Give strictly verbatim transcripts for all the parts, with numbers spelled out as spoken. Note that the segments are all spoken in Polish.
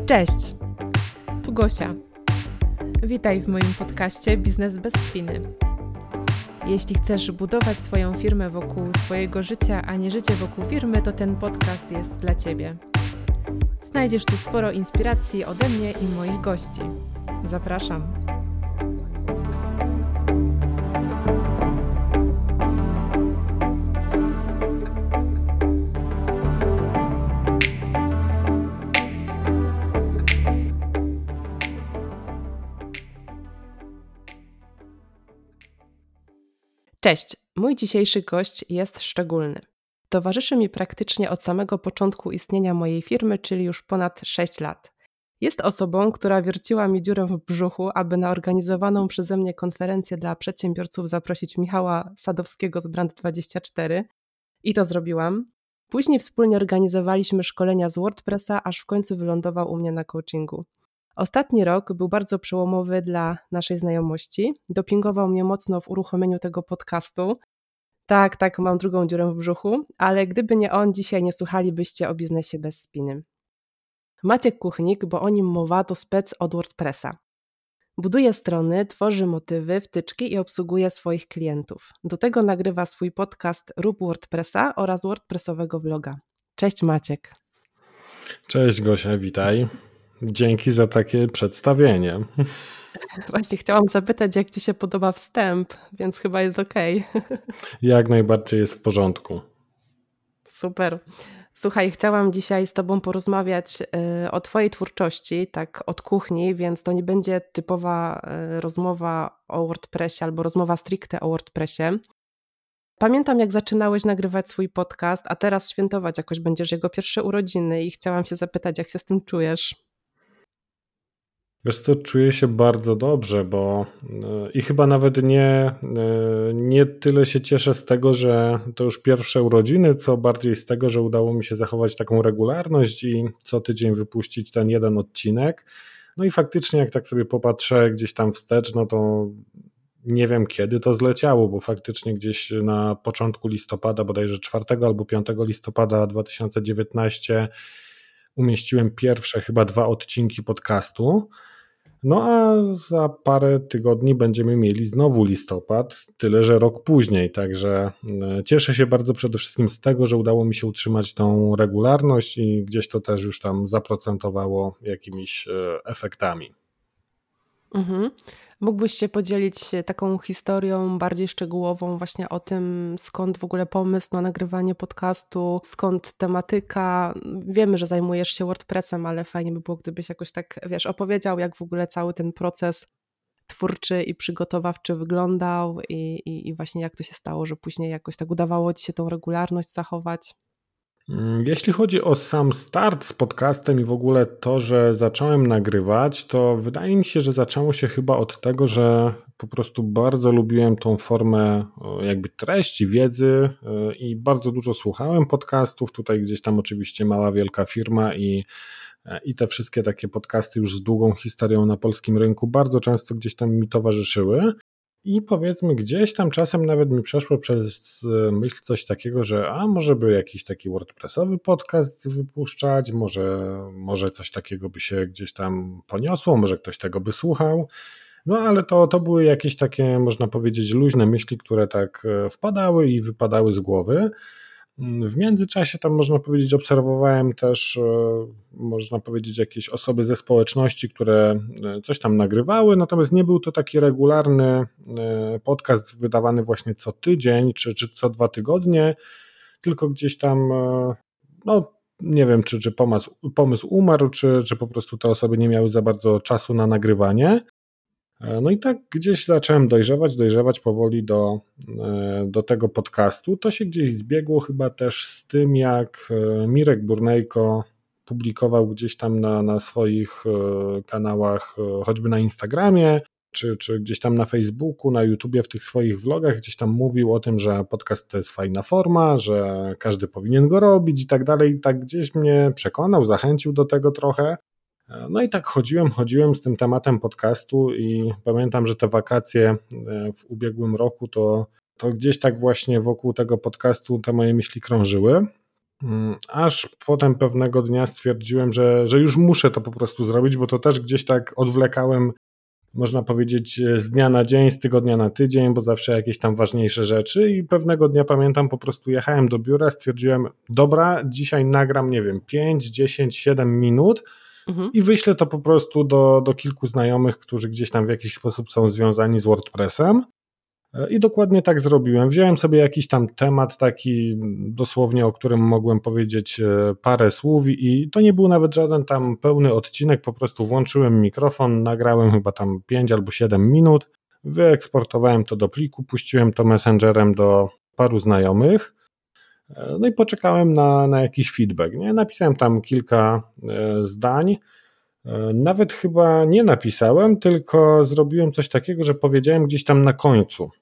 Cześć, tu Gosia. Witaj w moim podcaście Biznes bez spiny. Jeśli chcesz budować swoją firmę wokół swojego życia, a nie życie wokół firmy, to ten podcast jest dla Ciebie. Znajdziesz tu sporo inspiracji ode mnie i moich gości. Zapraszam. Cześć, mój dzisiejszy gość jest szczególny. Towarzyszy mi praktycznie od samego początku istnienia mojej firmy, czyli już ponad sześć lat. Jest osobą, która wierciła mi dziurę w brzuchu, aby na organizowaną przeze mnie konferencję dla przedsiębiorców zaprosić Michała Sadowskiego z Brand dwadzieścia cztery i to zrobiłam. Później wspólnie organizowaliśmy szkolenia z WordPressa, aż w końcu wylądował u mnie na coachingu. Ostatni rok był bardzo przełomowy dla naszej znajomości. Dopingował mnie mocno w uruchomieniu tego podcastu. Tak, tak, mam drugą dziurę w brzuchu, ale gdyby nie on, dzisiaj nie słuchalibyście o biznesie bez spiny. Maciek Kuchnik, bo o nim mowa, to spec od WordPressa. Buduje strony, tworzy motywy, wtyczki i obsługuje swoich klientów. Do tego nagrywa swój podcast Rób WordPressa oraz WordPressowego vloga. Cześć Maciek. Cześć Gosia, witaj. Dzięki za takie przedstawienie. Właśnie chciałam zapytać, jak Ci się podoba wstęp, więc chyba jest okej. Jak najbardziej jest w porządku. Super. Słuchaj, chciałam dzisiaj z Tobą porozmawiać o Twojej twórczości, tak od kuchni, więc to nie będzie typowa rozmowa o WordPressie albo rozmowa stricte o WordPressie. Pamiętam, jak zaczynałeś nagrywać swój podcast, a teraz świętować jakoś będziesz jego pierwsze urodziny i chciałam się zapytać, jak się z tym czujesz? Wiesz co, czuję się bardzo dobrze, bo i chyba nawet nie, nie tyle się cieszę z tego, że to już pierwsze urodziny, co bardziej z tego, że udało mi się zachować taką regularność i co tydzień wypuścić ten jeden odcinek. No i faktycznie jak tak sobie popatrzę gdzieś tam wstecz, no to nie wiem kiedy to zleciało, bo faktycznie gdzieś na początku listopada, bodajże czwartego albo piątego listopada dwa tysiące dziewiętnastego umieściłem pierwsze chyba dwa odcinki podcastu. No a za parę tygodni będziemy mieli znowu listopad, tyle że rok później, także cieszę się bardzo przede wszystkim z tego, że udało mi się utrzymać tą regularność i gdzieś to też już tam zaprocentowało jakimiś efektami. Mhm. Mógłbyś się podzielić taką historią bardziej szczegółową właśnie o tym, skąd w ogóle pomysł na nagrywanie podcastu, skąd tematyka. Wiemy, że zajmujesz się WordPressem, ale fajnie by było, gdybyś jakoś tak, wiesz, opowiedział, jak w ogóle cały ten proces twórczy i przygotowawczy wyglądał i, i, i właśnie jak to się stało, że później jakoś tak udawało Ci się tą regularność zachować. Jeśli chodzi o sam start z podcastem i w ogóle to, że zacząłem nagrywać, to wydaje mi się, że zaczęło się chyba od tego, że po prostu bardzo lubiłem tą formę jakby treści, wiedzy i bardzo dużo słuchałem podcastów. Tutaj gdzieś tam oczywiście mała, wielka firma i, i te wszystkie takie podcasty już z długą historią na polskim rynku bardzo często gdzieś tam mi towarzyszyły. I powiedzmy gdzieś tam czasem nawet mi przeszło przez myśl coś takiego, że a może by jakiś taki WordPressowy podcast wypuszczać, może, może coś takiego by się gdzieś tam poniosło, może ktoś tego by słuchał. No ale to, to były jakieś takie, można powiedzieć, luźne myśli, które tak wpadały i wypadały z głowy. W międzyczasie tam można powiedzieć obserwowałem też, można powiedzieć, jakieś osoby ze społeczności, które coś tam nagrywały, natomiast nie był to taki regularny podcast wydawany właśnie co tydzień czy, czy co dwa tygodnie, tylko gdzieś tam, no nie wiem, czy, czy pomysł, pomysł umarł, czy, czy po prostu te osoby nie miały za bardzo czasu na nagrywanie. No i tak gdzieś zacząłem dojrzewać, dojrzewać powoli do, do tego podcastu. To się gdzieś zbiegło chyba też z tym, jak Mirek Burnejko publikował gdzieś tam na, na swoich kanałach, choćby na Instagramie, czy, czy gdzieś tam na Facebooku, na YouTubie, w tych swoich vlogach gdzieś tam mówił o tym, że podcast to jest fajna forma, że każdy powinien go robić i tak dalej. I tak gdzieś mnie przekonał, zachęcił do tego trochę. No i tak chodziłem, chodziłem z tym tematem podcastu i pamiętam, że te wakacje w ubiegłym roku to, to gdzieś tak właśnie wokół tego podcastu te moje myśli krążyły. Aż potem pewnego dnia stwierdziłem, że, że już muszę to po prostu zrobić, bo to też gdzieś tak odwlekałem, można powiedzieć, z dnia na dzień, z tygodnia na tydzień, bo zawsze jakieś tam ważniejsze rzeczy i pewnego dnia pamiętam, po prostu jechałem do biura, stwierdziłem, dobra, dzisiaj nagram, nie wiem, pięć, dziesięć, siedem minut mhm. i wyślę to po prostu do, do kilku znajomych, którzy gdzieś tam w jakiś sposób są związani z WordPressem. I dokładnie tak zrobiłem. Wziąłem sobie jakiś tam temat taki dosłownie, o którym mogłem powiedzieć parę słów i to nie był nawet żaden tam pełny odcinek, po prostu włączyłem mikrofon, nagrałem chyba tam pięć albo siedem minut, wyeksportowałem to do pliku, puściłem to messengerem do paru znajomych, no i poczekałem na, na jakiś feedback. Nie? Napisałem tam kilka zdań, nawet chyba nie napisałem, tylko zrobiłem coś takiego, że powiedziałem gdzieś tam na końcu.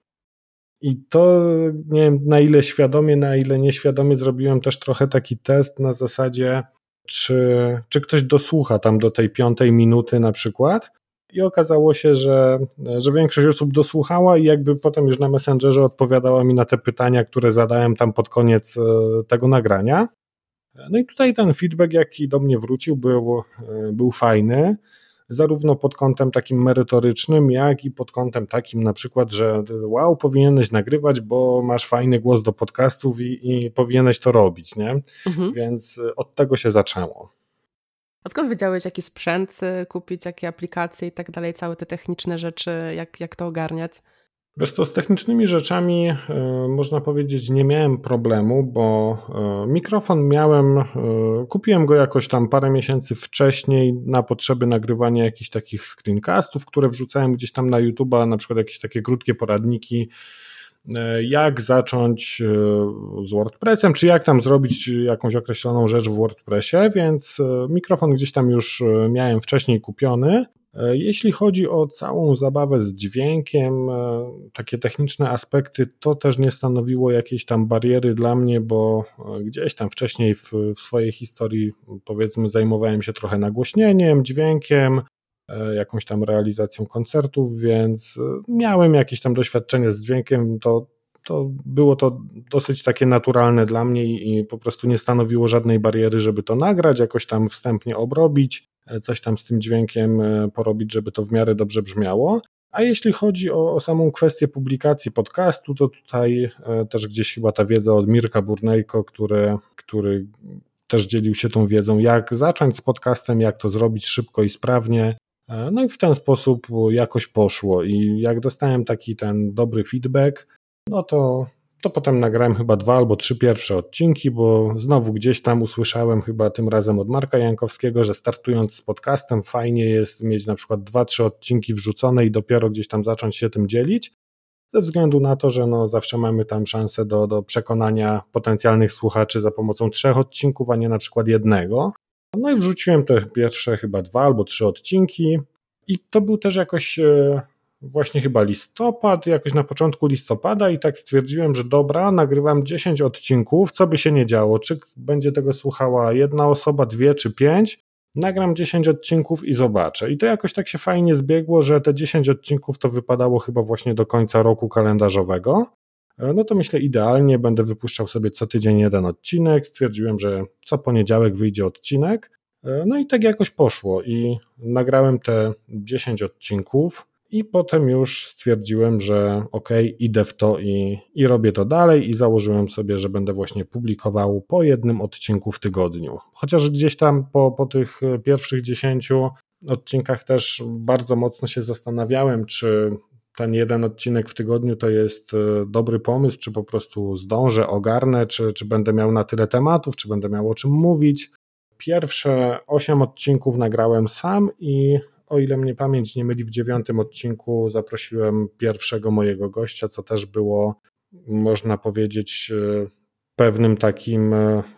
I to nie wiem na ile świadomie, na ile nieświadomie zrobiłem też trochę taki test na zasadzie, czy, czy ktoś dosłucha tam do tej piątej minuty na przykład. I okazało się, że, że większość osób dosłuchała i jakby potem już na Messengerze odpowiadała mi na te pytania, które zadałem tam pod koniec tego nagrania. No i tutaj ten feedback, jaki do mnie wrócił, był, był fajny, zarówno pod kątem takim merytorycznym, jak i pod kątem takim na przykład, że wow, powinieneś nagrywać, bo masz fajny głos do podcastów i, i powinieneś to robić, nie? Mhm. Więc od tego się zaczęło. A skąd wiedziałeś, jaki sprzęt kupić, jakie aplikacje i tak dalej, całe te techniczne rzeczy, jak, jak to ogarniać? Wiesz co, z technicznymi rzeczami y, można powiedzieć nie miałem problemu, bo y, mikrofon miałem, y, kupiłem go jakoś tam parę miesięcy wcześniej na potrzeby nagrywania jakichś takich screencastów, które wrzucałem gdzieś tam na YouTube'a, na przykład jakieś takie krótkie poradniki, y, jak zacząć y, z WordPressem, czy jak tam zrobić jakąś określoną rzecz w WordPressie, więc y, mikrofon gdzieś tam już y, miałem wcześniej kupiony. Jeśli chodzi o całą zabawę z dźwiękiem, takie techniczne aspekty, to też nie stanowiło jakiejś tam bariery dla mnie, bo gdzieś tam wcześniej w, w swojej historii, powiedzmy, zajmowałem się trochę nagłośnieniem, dźwiękiem, jakąś tam realizacją koncertów, więc miałem jakieś tam doświadczenie z dźwiękiem, to, to było to dosyć takie naturalne dla mnie i po prostu nie stanowiło żadnej bariery, żeby to nagrać, jakoś tam wstępnie obrobić, coś tam z tym dźwiękiem porobić, żeby to w miarę dobrze brzmiało. A jeśli chodzi o, o samą kwestię publikacji podcastu, to tutaj też gdzieś chyba ta wiedza od Mirka Burnejko, który, który też dzielił się tą wiedzą, jak zacząć z podcastem, jak to zrobić szybko i sprawnie. No i w ten sposób jakoś poszło i jak dostałem taki ten dobry feedback, no to To potem nagrałem chyba dwa albo trzy pierwsze odcinki, bo znowu gdzieś tam usłyszałem chyba tym razem od Marka Jankowskiego, że startując z podcastem fajnie jest mieć na przykład dwa, trzy odcinki wrzucone i dopiero gdzieś tam zacząć się tym dzielić, ze względu na to, że no zawsze mamy tam szansę do, do przekonania potencjalnych słuchaczy za pomocą trzech odcinków, a nie na przykład jednego. No i wrzuciłem te pierwsze chyba dwa albo trzy odcinki i to był też jakoś... właśnie chyba listopad, jakoś na początku listopada i tak stwierdziłem, że dobra, nagrywam dziesięć odcinków, co by się nie działo, czy będzie tego słuchała jedna osoba, dwie czy pięć, nagram dziesięć odcinków i zobaczę. I to jakoś tak się fajnie zbiegło, że te dziesięć odcinków to wypadało chyba właśnie do końca roku kalendarzowego. No to myślę idealnie, będę wypuszczał sobie co tydzień jeden odcinek, stwierdziłem, że co poniedziałek wyjdzie odcinek, no i tak jakoś poszło i nagrałem te dziesięć odcinków. I potem już stwierdziłem, że okej, okay, idę w to i, i robię to dalej i założyłem sobie, że będę właśnie publikował po jednym odcinku w tygodniu. Chociaż gdzieś tam po, po tych pierwszych dziesięciu odcinkach też bardzo mocno się zastanawiałem, czy ten jeden odcinek w tygodniu to jest dobry pomysł, czy po prostu zdążę, ogarnę, czy, czy będę miał na tyle tematów, czy będę miał o czym mówić. Pierwsze osiem odcinków nagrałem sam i o ile mnie pamięć nie myli, w dziewiątym odcinku zaprosiłem pierwszego mojego gościa, co też było, można powiedzieć, pewnym takim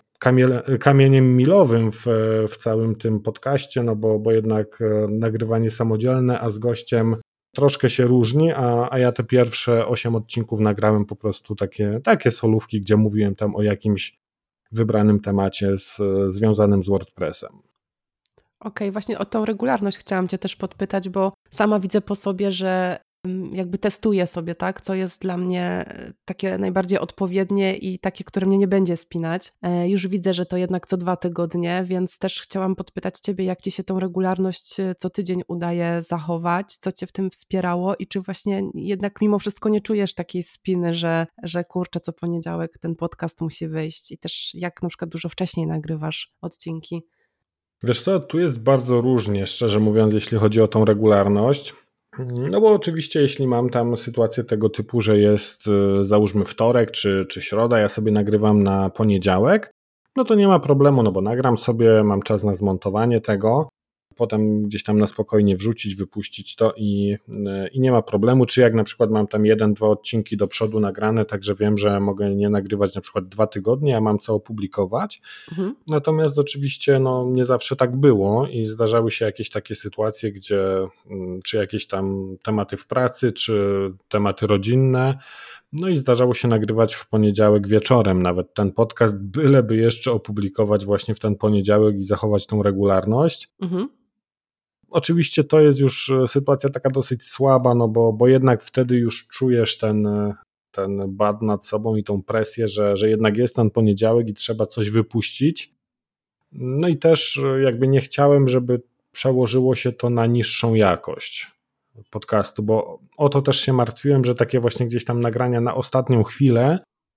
kamieniem milowym w, w całym tym podcaście, no bo, bo jednak nagrywanie samodzielne, a z gościem troszkę się różni, a, a ja te pierwsze osiem odcinków nagrałem po prostu takie, takie solówki, gdzie mówiłem tam o jakimś wybranym temacie z, związanym z WordPressem. Okej, okay, właśnie o tą regularność chciałam Cię też podpytać, bo sama widzę po sobie, że jakby testuję sobie, tak, co jest dla mnie takie najbardziej odpowiednie i takie, które mnie nie będzie spinać. Już widzę, że to jednak co dwa tygodnie, więc też chciałam podpytać Ciebie, jak Ci się tą regularność co tydzień udaje zachować, co Cię w tym wspierało i czy właśnie jednak mimo wszystko nie czujesz takiej spiny, że, że kurczę, co poniedziałek ten podcast musi wyjść i też jak na przykład dużo wcześniej nagrywasz odcinki. Wiesz co, tu jest bardzo różnie, szczerze mówiąc, jeśli chodzi o tą regularność. No bo oczywiście jeśli mam tam sytuację tego typu, że jest załóżmy wtorek czy, czy środa, ja sobie nagrywam na poniedziałek, no to nie ma problemu, no bo nagram sobie, mam czas na zmontowanie tego, potem gdzieś tam na spokojnie wrzucić, wypuścić to i, i nie ma problemu, czy jak na przykład mam tam jeden, dwa odcinki do przodu nagrane, także wiem, że mogę nie nagrywać na przykład dwa tygodnie, a mam co opublikować. Mhm. Natomiast oczywiście no, nie zawsze tak było i zdarzały się jakieś takie sytuacje, gdzie czy jakieś tam tematy w pracy, czy tematy rodzinne, no i zdarzało się nagrywać w poniedziałek wieczorem nawet ten podcast, byleby jeszcze opublikować właśnie w ten poniedziałek i zachować tą regularność. Mhm. Oczywiście to jest już sytuacja taka dosyć słaba, no bo, bo jednak wtedy już czujesz ten, ten bad nad sobą i tą presję, że, że jednak jest ten poniedziałek i trzeba coś wypuścić. No i też jakby nie chciałem, żeby przełożyło się to na niższą jakość podcastu, bo o to też się martwiłem, że takie właśnie gdzieś tam nagrania na ostatnią chwilę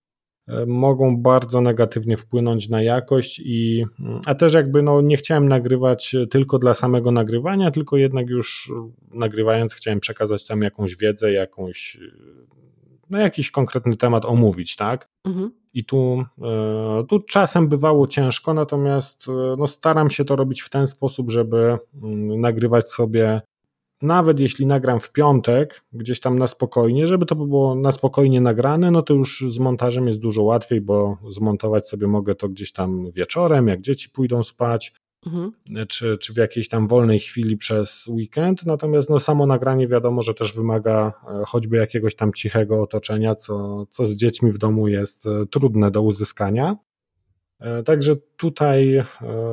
mogą bardzo negatywnie wpłynąć na jakość i a też jakby no nie chciałem nagrywać tylko dla samego nagrywania, tylko jednak już nagrywając chciałem przekazać tam jakąś wiedzę, jakąś no jakiś konkretny temat omówić, tak? Mhm. I tu, tu czasem bywało ciężko, natomiast no staram się to robić w ten sposób, żeby nagrywać sobie nawet jeśli nagram w piątek, gdzieś tam na spokojnie, żeby to było na spokojnie nagrane, no to już z montażem jest dużo łatwiej, bo zmontować sobie mogę to gdzieś tam wieczorem, jak dzieci pójdą spać, mhm. czy, czy w jakiejś tam wolnej chwili przez weekend, natomiast no samo nagranie wiadomo, że też wymaga choćby jakiegoś tam cichego otoczenia, co, co z dziećmi w domu jest trudne do uzyskania. Także tutaj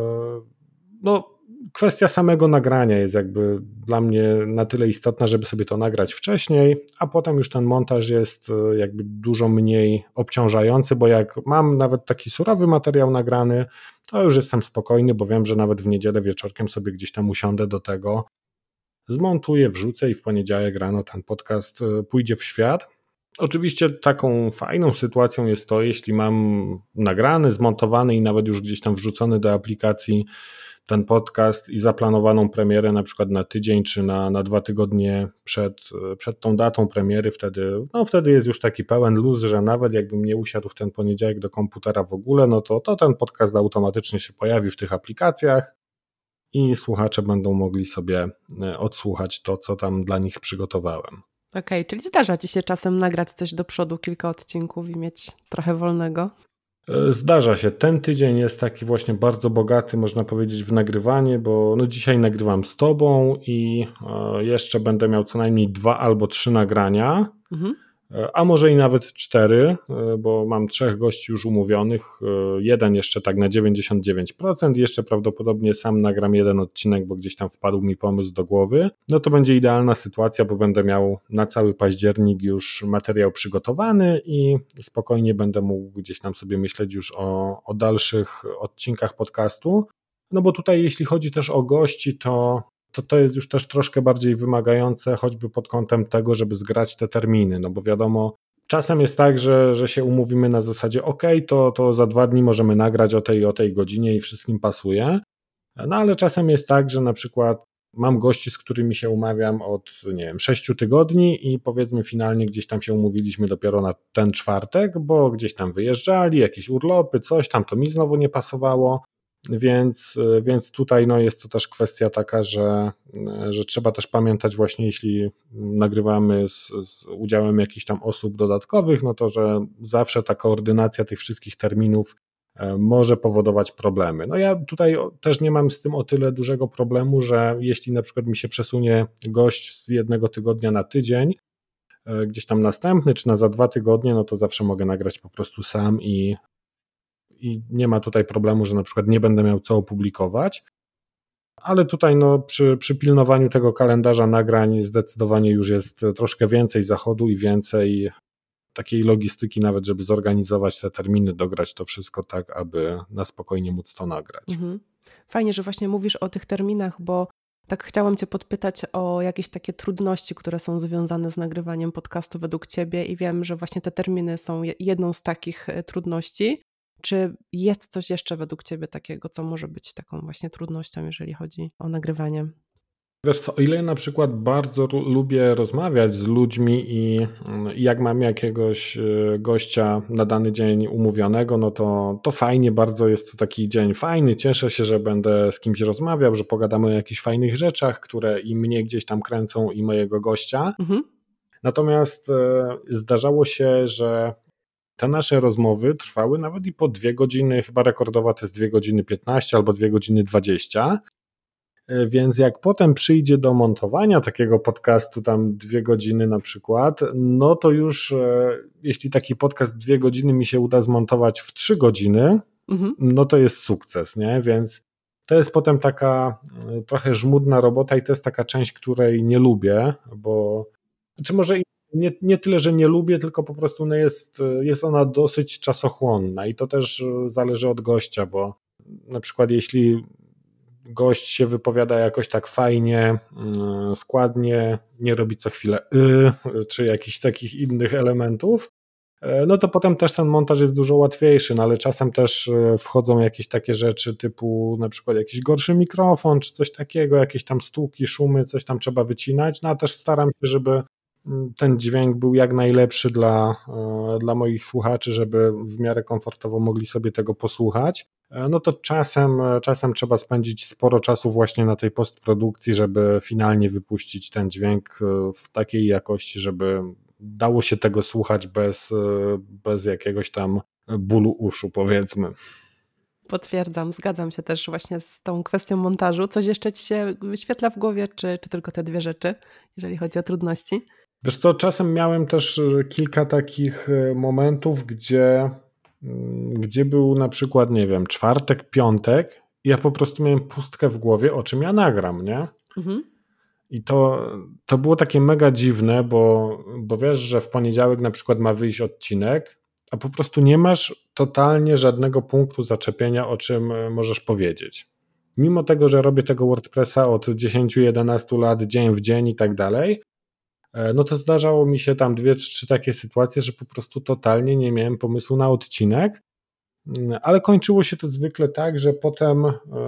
no kwestia samego nagrania jest jakby dla mnie na tyle istotna, żeby sobie to nagrać wcześniej, a potem już ten montaż jest jakby dużo mniej obciążający, bo jak mam nawet taki surowy materiał nagrany, to już jestem spokojny, bo wiem, że nawet w niedzielę wieczorkiem sobie gdzieś tam usiądę do tego, zmontuję, wrzucę i w poniedziałek rano ten podcast pójdzie w świat. Oczywiście taką fajną sytuacją jest to, jeśli mam nagrany, zmontowany i nawet już gdzieś tam wrzucony do aplikacji ten podcast i zaplanowaną premierę na przykład na tydzień czy na, na dwa tygodnie przed, przed tą datą premiery, wtedy, no wtedy jest już taki pełen luz, że nawet jakbym nie usiadł w ten poniedziałek do komputera w ogóle, no to, to ten podcast automatycznie się pojawi w tych aplikacjach i słuchacze będą mogli sobie odsłuchać to, co tam dla nich przygotowałem. Okej, okay, czyli zdarza Ci się czasem nagrać coś do przodu, kilka odcinków i mieć trochę wolnego? Zdarza się. Ten tydzień jest taki właśnie bardzo bogaty, można powiedzieć, w nagrywanie, bo no dzisiaj nagrywam z Tobą i jeszcze będę miał co najmniej dwa albo trzy nagrania, mhm. a może i nawet cztery, bo mam trzech gości już umówionych, jeden jeszcze tak na dziewięćdziesiąt dziewięć procent, jeszcze prawdopodobnie sam nagram jeden odcinek, bo gdzieś tam wpadł mi pomysł do głowy, no to będzie idealna sytuacja, bo będę miał na cały październik już materiał przygotowany i spokojnie będę mógł gdzieś tam sobie myśleć już o, o dalszych odcinkach podcastu, no bo tutaj jeśli chodzi też o gości, to to to jest już też troszkę bardziej wymagające, choćby pod kątem tego, żeby zgrać te terminy, no bo wiadomo, czasem jest tak, że, że się umówimy na zasadzie ok, to, to za dwa dni możemy nagrać o tej o tej godzinie i wszystkim pasuje, no ale czasem jest tak, że na przykład mam gości, z którymi się umawiam od, nie wiem, sześciu tygodni i powiedzmy finalnie gdzieś tam się umówiliśmy dopiero na ten czwartek, bo gdzieś tam wyjeżdżali, jakieś urlopy, coś tam, to mi znowu nie pasowało. Więc, więc tutaj no jest to też kwestia taka, że, że trzeba też pamiętać właśnie, jeśli nagrywamy z, z udziałem jakichś tam osób dodatkowych, no to że zawsze ta koordynacja tych wszystkich terminów może powodować problemy. No ja tutaj też nie mam z tym o tyle dużego problemu, że jeśli na przykład mi się przesunie gość z jednego tygodnia na tydzień, gdzieś tam następny, czy na za dwa tygodnie, no to zawsze mogę nagrać po prostu sam i i nie ma tutaj problemu, że na przykład nie będę miał co opublikować. Ale tutaj no, przy, przy pilnowaniu tego kalendarza nagrań zdecydowanie już jest troszkę więcej zachodu i więcej takiej logistyki nawet, żeby zorganizować te terminy, dograć to wszystko tak, aby na spokojnie móc to nagrać. Mhm. Fajnie, że właśnie mówisz o tych terminach, bo tak chciałam Cię podpytać o jakieś takie trudności, które są związane z nagrywaniem podcastu według Ciebie i wiem, że właśnie te terminy są jedną z takich trudności. Czy jest coś jeszcze według Ciebie takiego, co może być taką właśnie trudnością, jeżeli chodzi o nagrywanie? Wiesz co, o ile na przykład bardzo ru- lubię rozmawiać z ludźmi i, i jak mam jakiegoś y, gościa na dany dzień umówionego, no to, to fajnie, bardzo jest to taki dzień fajny, cieszę się, że będę z kimś rozmawiał, że pogadamy o jakichś fajnych rzeczach, które i mnie gdzieś tam kręcą i mojego gościa. Mhm. Natomiast y, zdarzało się, że te nasze rozmowy trwały nawet i po dwie godziny, chyba rekordowa to jest dwie godziny piętnaście albo dwie godziny dwadzieścia. Więc jak potem przyjdzie do montowania takiego podcastu, tam dwie godziny na przykład, no to już e, jeśli taki podcast dwie godziny mi się uda zmontować w trzy godziny, mhm. no to jest sukces, nie? Więc to jest potem taka e, trochę żmudna robota i to jest taka część, której nie lubię, bo czy może nie, nie tyle, że nie lubię, tylko po prostu no jest, jest ona dosyć czasochłonna i to też zależy od gościa, bo na przykład jeśli gość się wypowiada jakoś tak fajnie, składnie, nie robi co chwilę y, czy jakichś takich innych elementów, no to potem też ten montaż jest dużo łatwiejszy, no ale czasem też wchodzą jakieś takie rzeczy typu na przykład jakiś gorszy mikrofon, czy coś takiego, jakieś tam stuki, szumy, coś tam trzeba wycinać, no a też staram się, żeby ten dźwięk był jak najlepszy dla, dla moich słuchaczy, żeby w miarę komfortowo mogli sobie tego posłuchać. No to czasem, czasem trzeba spędzić sporo czasu właśnie na tej postprodukcji, żeby finalnie wypuścić ten dźwięk w takiej jakości, żeby dało się tego słuchać bez, bez jakiegoś tam bólu uszu, powiedzmy. Potwierdzam, zgadzam się też właśnie z tą kwestią montażu. Coś jeszcze Ci się wyświetla w głowie, czy, czy tylko te dwie rzeczy, jeżeli chodzi o trudności? Wiesz co, czasem miałem też kilka takich momentów, gdzie, gdzie był na przykład, nie wiem, czwartek, piątek i ja po prostu miałem pustkę w głowie, o czym ja nagram, nie? Mhm. I to, to było takie mega dziwne, bo, bo wiesz, że w poniedziałek na przykład ma wyjść odcinek, a po prostu nie masz totalnie żadnego punktu zaczepienia, o czym możesz powiedzieć. Mimo tego, że robię tego WordPressa od dziesięć jedenaście lat, dzień w dzień i tak dalej, no to zdarzało mi się tam dwie czy trzy takie sytuacje, że po prostu totalnie nie miałem pomysłu na odcinek, ale kończyło się to zwykle tak, że potem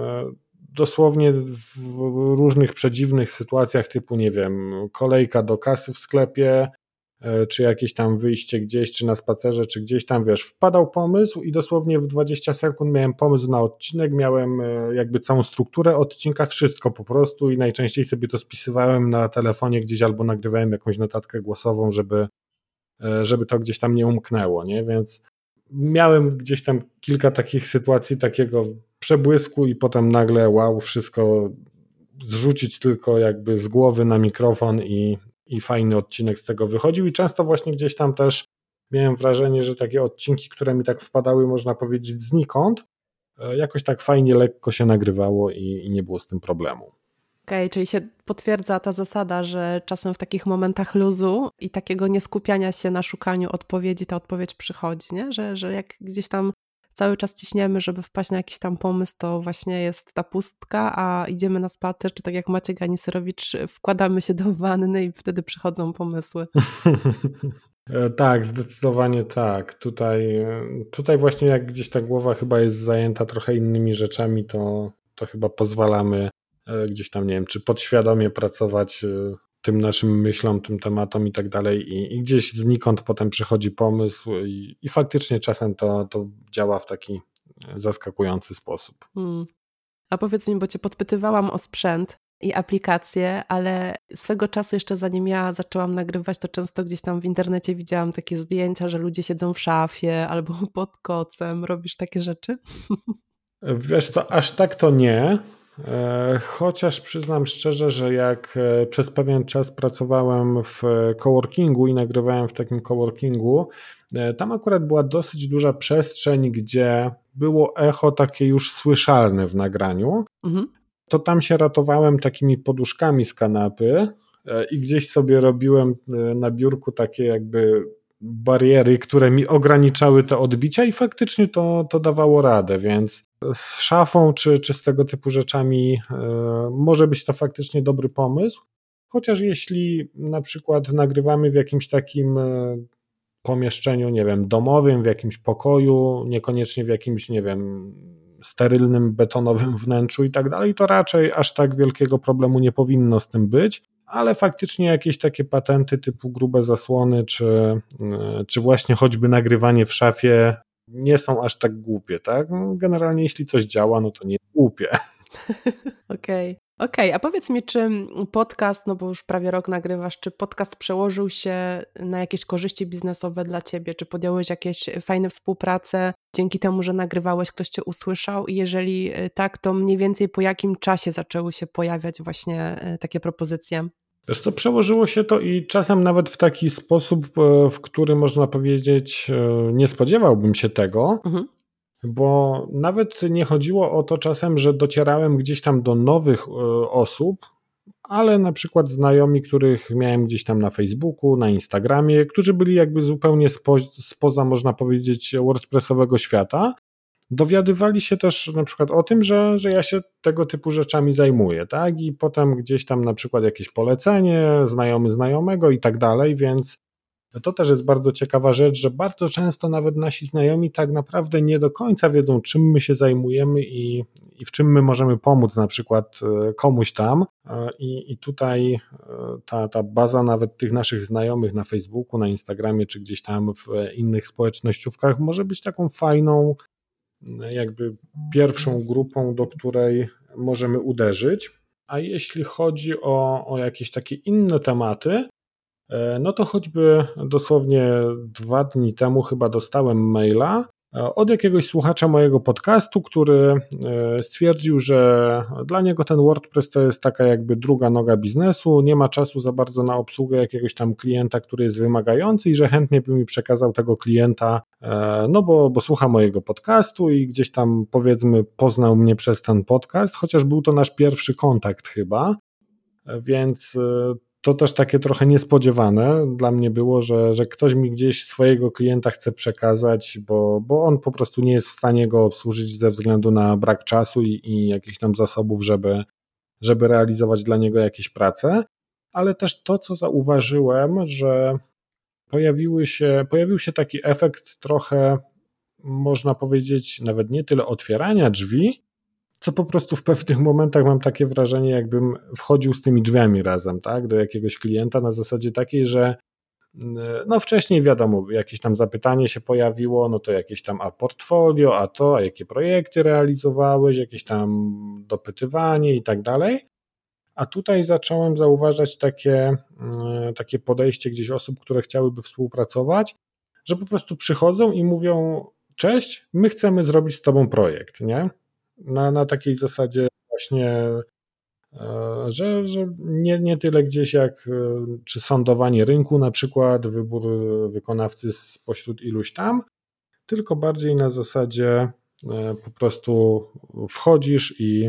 dosłownie w różnych przedziwnych sytuacjach typu, nie wiem, kolejka do kasy w sklepie, czy jakieś tam wyjście gdzieś, czy na spacerze, czy gdzieś tam, wiesz, wpadał pomysł i dosłownie w dwadzieścia sekund miałem pomysł na odcinek, miałem jakby całą strukturę odcinka, wszystko po prostu i najczęściej sobie to spisywałem na telefonie gdzieś albo nagrywałem jakąś notatkę głosową, żeby, żeby to gdzieś tam nie umknęło, nie? Więc miałem gdzieś tam kilka takich sytuacji, takiego przebłysku i potem nagle wow, wszystko zrzucić tylko jakby z głowy na mikrofon i i fajny odcinek z tego wychodził i często właśnie gdzieś tam też miałem wrażenie, że takie odcinki, które mi tak wpadały, można powiedzieć znikąd, jakoś tak fajnie, lekko się nagrywało i, i nie było z tym problemu. Okej, okay, czyli się potwierdza ta zasada, że czasem w takich momentach luzu i takiego nieskupiania się na szukaniu odpowiedzi, ta odpowiedź przychodzi, nie? Że, że jak gdzieś tam cały czas ciśniemy, żeby wpaść na jakiś tam pomysł, to właśnie jest ta pustka, a idziemy na spacer, czy tak jak Maciek Aniserowicz, wkładamy się do wanny i wtedy przychodzą pomysły. Tak, zdecydowanie tak. Tutaj, tutaj właśnie jak gdzieś ta głowa chyba jest zajęta trochę innymi rzeczami, to, to chyba pozwalamy gdzieś tam, nie wiem, czy podświadomie pracować tym naszym myślom, tym tematom i tak dalej i, i gdzieś znikąd potem przychodzi pomysł i, i faktycznie czasem to, to działa w taki zaskakujący sposób. Hmm. A powiedz mi, bo Cię podpytywałam o sprzęt i aplikacje, ale swego czasu jeszcze zanim ja zaczęłam nagrywać, to często gdzieś tam w internecie widziałam takie zdjęcia, że ludzie siedzą w szafie albo pod kocem. Robisz takie rzeczy? Wiesz co, aż tak to nie. Chociaż przyznam szczerze, że jak przez pewien czas pracowałem w coworkingu i nagrywałem w takim coworkingu, tam akurat była dosyć duża przestrzeń, gdzie było echo takie już słyszalne w nagraniu. Mhm. to tam się ratowałem takimi poduszkami z kanapy i gdzieś sobie robiłem na biurku takie jakby bariery, które mi ograniczały te odbicia i faktycznie to, to dawało radę, więc z szafą czy, czy z tego typu rzeczami może być to faktycznie dobry pomysł, chociaż jeśli na przykład nagrywamy w jakimś takim pomieszczeniu, nie wiem, domowym, w jakimś pokoju, niekoniecznie w jakimś, nie wiem, sterylnym, betonowym wnętrzu i tak dalej, to raczej aż tak wielkiego problemu nie powinno z tym być, ale faktycznie jakieś takie patenty typu grube zasłony, czy, czy właśnie choćby nagrywanie w szafie nie są aż tak głupie, tak? Generalnie jeśli coś działa, no to nie jest głupie. Okej. Okej, okay, a powiedz mi, czy podcast, no bo już prawie rok nagrywasz, czy podcast przełożył się na jakieś korzyści biznesowe dla ciebie? Czy podjąłeś jakieś fajne współprace dzięki temu, że nagrywałeś, ktoś cię usłyszał? I jeżeli tak, to mniej więcej po jakim czasie zaczęły się pojawiać właśnie takie propozycje? Wiesz co, przełożyło się to i czasem nawet w taki sposób, w który można powiedzieć, nie spodziewałbym się tego. Mhm. Bo nawet nie chodziło o to czasem, że docierałem gdzieś tam do nowych osób, ale na przykład znajomi, których miałem gdzieś tam na Facebooku, na Instagramie, którzy byli jakby zupełnie spo, spoza, można powiedzieć, wordpressowego świata, dowiadywali się też na przykład o tym, że, że ja się tego typu rzeczami zajmuję, tak? I potem gdzieś tam na przykład jakieś polecenie, znajomy znajomego i tak dalej, więc to też jest bardzo ciekawa rzecz, że bardzo często nawet nasi znajomi tak naprawdę nie do końca wiedzą, czym my się zajmujemy i, i w czym my możemy pomóc na przykład komuś tam. I, i tutaj ta, ta baza nawet tych naszych znajomych na Facebooku, na Instagramie czy gdzieś tam w innych społecznościówkach może być taką fajną jakby pierwszą grupą, do której możemy uderzyć. A jeśli chodzi o, o jakieś takie inne tematy, no to choćby dosłownie dwa dni temu chyba dostałem maila od jakiegoś słuchacza mojego podcastu, który stwierdził, że dla niego ten WordPress to jest taka jakby druga noga biznesu, nie ma czasu za bardzo na obsługę jakiegoś tam klienta, który jest wymagający i że chętnie by mi przekazał tego klienta, no bo, bo słucha mojego podcastu i gdzieś tam powiedzmy poznał mnie przez ten podcast, chociaż był to nasz pierwszy kontakt chyba, więc to też takie trochę niespodziewane dla mnie było, że, że ktoś mi gdzieś swojego klienta chce przekazać, bo, bo on po prostu nie jest w stanie go obsłużyć ze względu na brak czasu i, i jakichś tam zasobów, żeby, żeby realizować dla niego jakieś prace, ale też to, co zauważyłem, że pojawiły się, pojawił się taki efekt trochę, można powiedzieć, nawet nie tyle otwierania drzwi, co po prostu w pewnych momentach mam takie wrażenie, jakbym wchodził z tymi drzwiami razem, tak, do jakiegoś klienta na zasadzie takiej, że no wcześniej wiadomo, jakieś tam zapytanie się pojawiło, no to jakieś tam a portfolio, a to, a jakie projekty realizowałeś, jakieś tam dopytywanie i tak dalej, a tutaj zacząłem zauważać takie, takie podejście gdzieś osób, które chciałyby współpracować, że po prostu przychodzą i mówią: cześć, my chcemy zrobić z tobą projekt, nie? Na, na takiej zasadzie właśnie, że, że nie, nie tyle gdzieś jak czy sądowanie rynku na przykład, wybór wykonawcy spośród iluś tam, tylko bardziej na zasadzie po prostu wchodzisz i,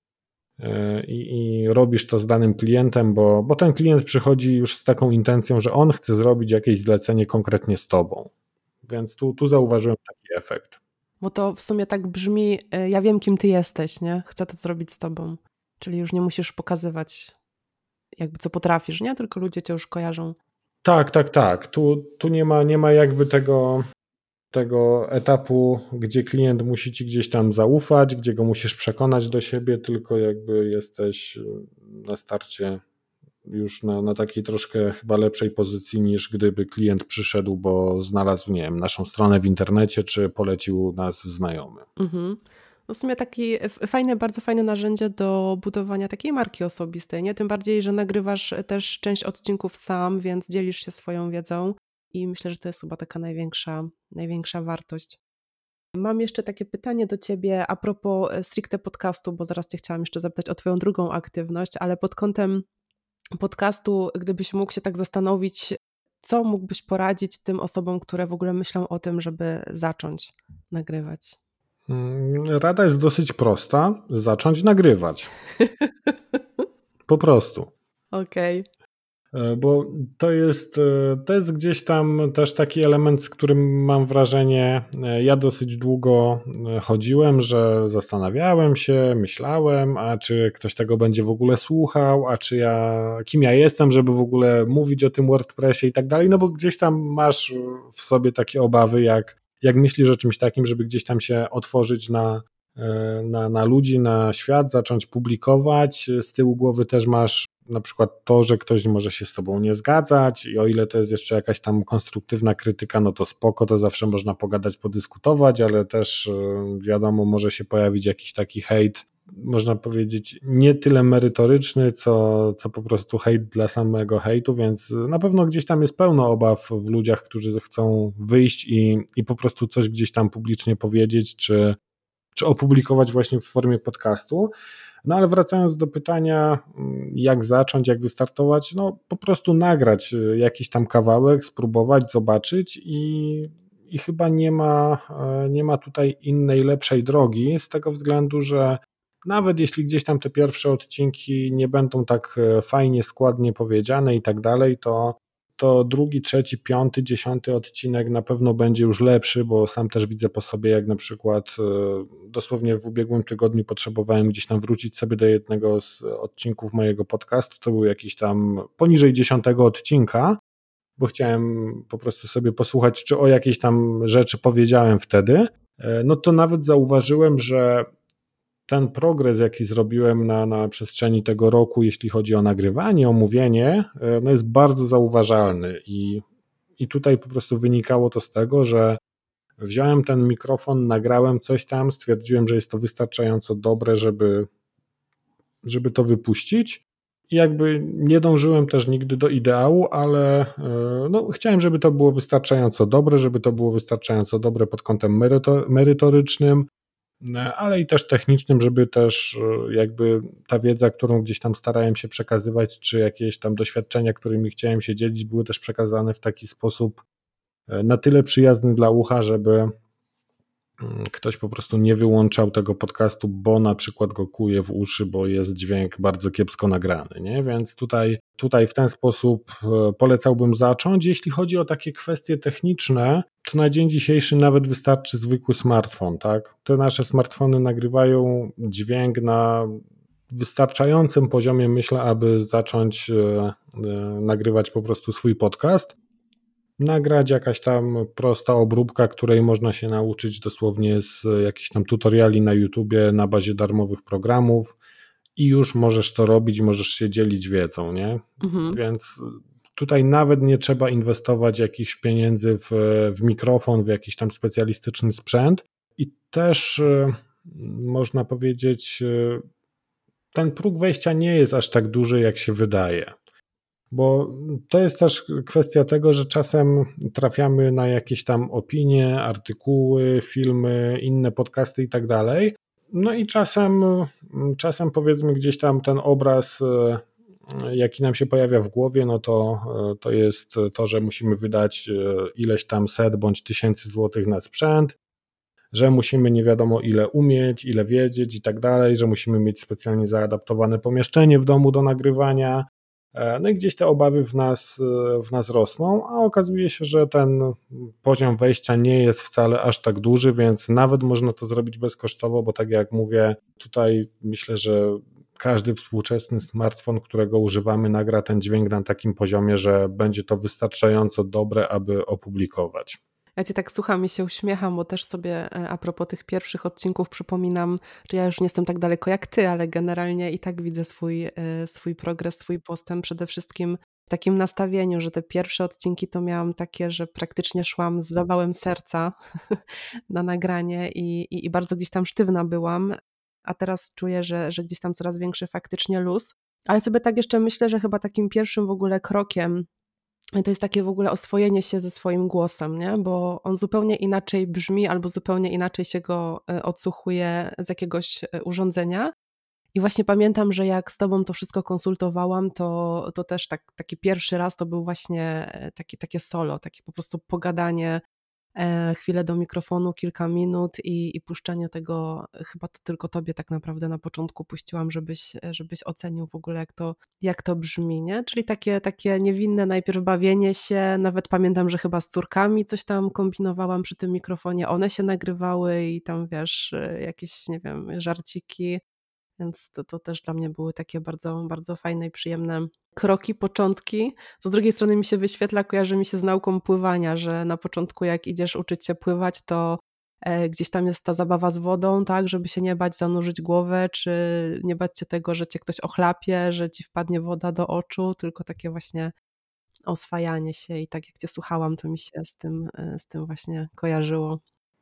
i, i robisz to z danym klientem, bo, bo ten klient przychodzi już z taką intencją, że on chce zrobić jakieś zlecenie konkretnie z tobą. Więc tu, tu zauważyłem taki efekt. Bo to w sumie tak brzmi, ja wiem, kim ty jesteś, nie? Chcę to zrobić z tobą. Czyli już nie musisz pokazywać jakby co potrafisz, nie? Tylko ludzie cię już kojarzą. Tak, tak, tak. Tu, tu nie ma, nie ma jakby tego, tego etapu, gdzie klient musi ci gdzieś tam zaufać, gdzie go musisz przekonać do siebie, tylko jakby jesteś na starcie już na, na takiej troszkę chyba lepszej pozycji, niż gdyby klient przyszedł, bo znalazł, nie wiem, naszą stronę w internecie, czy polecił nas znajomy. Mhm. No w sumie takie fajne, bardzo fajne narzędzie do budowania takiej marki osobistej, nie? Tym bardziej, że nagrywasz też część odcinków sam, więc dzielisz się swoją wiedzą i myślę, że to jest chyba taka największa, największa wartość. Mam jeszcze takie pytanie do ciebie a propos stricte podcastu, bo zaraz cię chciałam jeszcze zapytać o twoją drugą aktywność, ale pod kątem podcastu, gdybyś mógł się tak zastanowić, co mógłbyś poradzić tym osobom, które w ogóle myślą o tym, żeby zacząć nagrywać? Rada jest dosyć prosta. Zacząć nagrywać. Po prostu. Okej. Okay. Bo to jest, to jest gdzieś tam też taki element, z którym mam wrażenie, ja dosyć długo chodziłem, że zastanawiałem się, myślałem, a czy ktoś tego będzie w ogóle słuchał, a czy ja, kim ja jestem, żeby w ogóle mówić o tym WordPressie i tak dalej, no bo gdzieś tam masz w sobie takie obawy, jak, jak myślisz o czymś takim, żeby gdzieś tam się otworzyć na, na, na ludzi, na świat, zacząć publikować, z tyłu głowy też masz na przykład to, że ktoś może się z tobą nie zgadzać i o ile to jest jeszcze jakaś tam konstruktywna krytyka, no to spoko, to zawsze można pogadać, podyskutować, ale też wiadomo, może się pojawić jakiś taki hejt, można powiedzieć nie tyle merytoryczny, co, co po prostu hejt dla samego hejtu, więc na pewno gdzieś tam jest pełno obaw w ludziach, którzy chcą wyjść i, i po prostu coś gdzieś tam publicznie powiedzieć, czy, czy opublikować właśnie w formie podcastu. No ale wracając do pytania, jak zacząć, jak wystartować, no po prostu nagrać jakiś tam kawałek, spróbować, zobaczyć i, i chyba nie ma, nie ma tutaj innej, lepszej drogi z tego względu, że nawet jeśli gdzieś tam te pierwsze odcinki nie będą tak fajnie, składnie powiedziane i tak dalej, to to drugi, trzeci, piąty, dziesiąty odcinek na pewno będzie już lepszy, bo sam też widzę po sobie, jak na przykład dosłownie w ubiegłym tygodniu potrzebowałem gdzieś tam wrócić sobie do jednego z odcinków mojego podcastu, to był jakiś tam poniżej dziesiątego odcinka, bo chciałem po prostu sobie posłuchać, czy o jakiejś tam rzeczy powiedziałem wtedy, no to nawet zauważyłem, że ten progres, jaki zrobiłem na, na przestrzeni tego roku, jeśli chodzi o nagrywanie, o mówienie, no jest bardzo zauważalny i, i tutaj po prostu wynikało to z tego, że wziąłem ten mikrofon, nagrałem coś tam, stwierdziłem, że jest to wystarczająco dobre, żeby, żeby to wypuścić i jakby nie dążyłem też nigdy do ideału, ale no, chciałem, żeby to było wystarczająco dobre, żeby to było wystarczająco dobre pod kątem merytorycznym, ale i też technicznym, żeby też jakby ta wiedza, którą gdzieś tam starałem się przekazywać, czy jakieś tam doświadczenia, którymi chciałem się dzielić, były też przekazane w taki sposób na tyle przyjazny dla ucha, żeby ktoś po prostu nie wyłączał tego podcastu, bo na przykład go kuje w uszy, bo jest dźwięk bardzo kiepsko nagrany, nie? Więc tutaj, tutaj w ten sposób polecałbym zacząć. Jeśli chodzi o takie kwestie techniczne, to na dzień dzisiejszy nawet wystarczy zwykły smartfon, tak? Te nasze smartfony nagrywają dźwięk na wystarczającym poziomie, myślę, aby zacząć nagrywać po prostu swój podcast. Nagrać jakaś tam prosta obróbka, której można się nauczyć dosłownie z jakichś tam tutoriali na YouTubie na bazie darmowych programów i już możesz to robić, możesz się dzielić wiedzą, nie? Mhm. Więc tutaj nawet nie trzeba inwestować jakichś pieniędzy w, w mikrofon, w jakiś tam specjalistyczny sprzęt i też można powiedzieć, ten próg wejścia nie jest aż tak duży, jak się wydaje. Bo to jest też kwestia tego, że czasem trafiamy na jakieś tam opinie, artykuły, filmy, inne podcasty i tak dalej. No i czasem, czasem powiedzmy gdzieś tam ten obraz, jaki nam się pojawia w głowie, no to, to jest to, że musimy wydać ileś tam set bądź tysięcy złotych na sprzęt, że musimy nie wiadomo ile umieć, ile wiedzieć i tak dalej, że musimy mieć specjalnie zaadaptowane pomieszczenie w domu do nagrywania. No i gdzieś te obawy w nas, w nas rosną, a okazuje się, że ten poziom wejścia nie jest wcale aż tak duży, więc nawet można to zrobić bezkosztowo, bo tak jak mówię, tutaj myślę, że każdy współczesny smartfon, którego używamy, nagra ten dźwięk na takim poziomie, że będzie to wystarczająco dobre, aby opublikować. Ja cię tak słucham i się uśmiecham, bo też sobie a propos tych pierwszych odcinków przypominam, że ja już nie jestem tak daleko jak ty, ale generalnie i tak widzę swój, swój progres, swój postęp przede wszystkim w takim nastawieniu, że te pierwsze odcinki to miałam takie, że praktycznie szłam z zawałem serca na nagranie i, i, i bardzo gdzieś tam sztywna byłam, a teraz czuję, że, że gdzieś tam coraz większy faktycznie luz. Ale sobie tak jeszcze myślę, że chyba takim pierwszym w ogóle krokiem to jest takie w ogóle oswojenie się ze swoim głosem, nie? Bo on zupełnie inaczej brzmi albo zupełnie inaczej się go odsłuchuje z jakiegoś urządzenia. I właśnie pamiętam, że jak z tobą to wszystko konsultowałam, to, to też tak, taki pierwszy raz to był właśnie taki, takie solo, takie po prostu pogadanie chwilę do mikrofonu, kilka minut i, i puszczenie tego, chyba to tylko tobie tak naprawdę na początku puściłam, żebyś, żebyś ocenił w ogóle jak to, jak to brzmi, nie? Czyli takie, takie niewinne najpierw bawienie się, nawet pamiętam, że chyba z córkami coś tam kombinowałam przy tym mikrofonie, one się nagrywały i tam wiesz, jakieś nie wiem, żarciki, więc to, to też dla mnie były takie bardzo, bardzo fajne i przyjemne kroki, początki. Z drugiej strony mi się wyświetla, kojarzy mi się z nauką pływania, że na początku jak idziesz uczyć się pływać, to e, gdzieś tam jest ta zabawa z wodą, tak, żeby się nie bać zanurzyć głowę, czy nie bać się tego, że cię ktoś ochlapie, że ci wpadnie woda do oczu, tylko takie właśnie oswajanie się i tak jak cię słuchałam, to mi się z tym, e, z tym właśnie kojarzyło.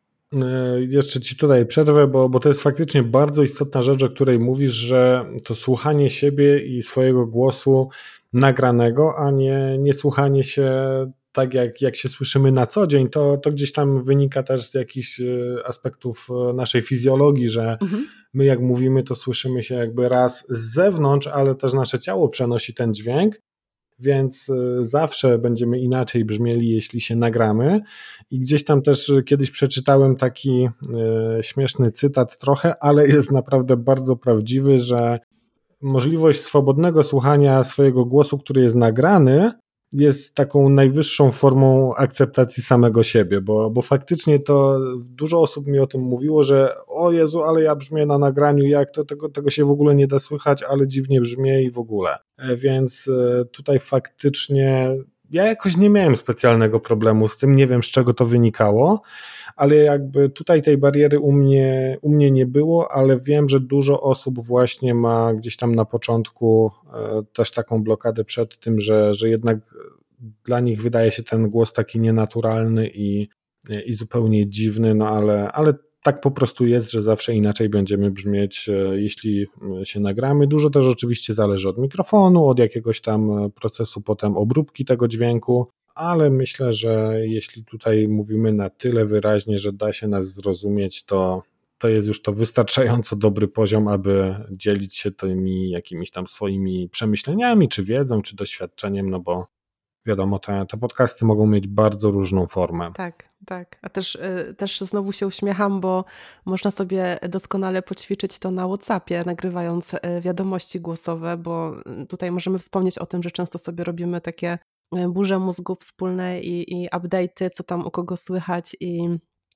Jeszcze ci tutaj przerwę, bo, bo to jest faktycznie bardzo istotna rzecz, o której mówisz, że to słuchanie siebie i swojego głosu nagranego, a nie, nie słuchanie się tak jak, jak się słyszymy na co dzień, to, to gdzieś tam wynika też z jakichś aspektów naszej fizjologii, że mhm. my jak mówimy, to słyszymy się jakby raz z zewnątrz, ale też nasze ciało przenosi ten dźwięk, więc zawsze będziemy inaczej brzmieli, jeśli się nagramy. I gdzieś tam też kiedyś przeczytałem taki y, śmieszny cytat trochę, ale jest naprawdę bardzo prawdziwy, że możliwość swobodnego słuchania swojego głosu, który jest nagrany, jest taką najwyższą formą akceptacji samego siebie, bo, bo faktycznie to dużo osób mi o tym mówiło, że o Jezu, ale ja brzmię na nagraniu, jak to, tego, tego się w ogóle nie da słychać, ale dziwnie brzmię i w ogóle. Więc tutaj faktycznie ja jakoś nie miałem specjalnego problemu z tym, nie wiem z czego to wynikało, ale jakby tutaj tej bariery u mnie, u mnie nie było, ale wiem, że dużo osób właśnie ma gdzieś tam na początku też taką blokadę przed tym, że, że jednak dla nich wydaje się ten głos taki nienaturalny i, i zupełnie dziwny, no ale, ale tak po prostu jest, że zawsze inaczej będziemy brzmieć, jeśli się nagramy. Dużo też oczywiście zależy od mikrofonu, od jakiegoś tam procesu potem obróbki tego dźwięku, ale myślę, że jeśli tutaj mówimy na tyle wyraźnie, że da się nas zrozumieć, to, to jest już to wystarczająco dobry poziom, aby dzielić się tymi jakimiś tam swoimi przemyśleniami, czy wiedzą, czy doświadczeniem, no bo wiadomo, te, te podcasty mogą mieć bardzo różną formę. Tak, tak. A też, też znowu się uśmiecham, bo można sobie doskonale poćwiczyć to na WhatsAppie, nagrywając wiadomości głosowe, bo tutaj możemy wspomnieć o tym, że często sobie robimy takie burze mózgów wspólne i, i update'y, co tam u kogo słychać i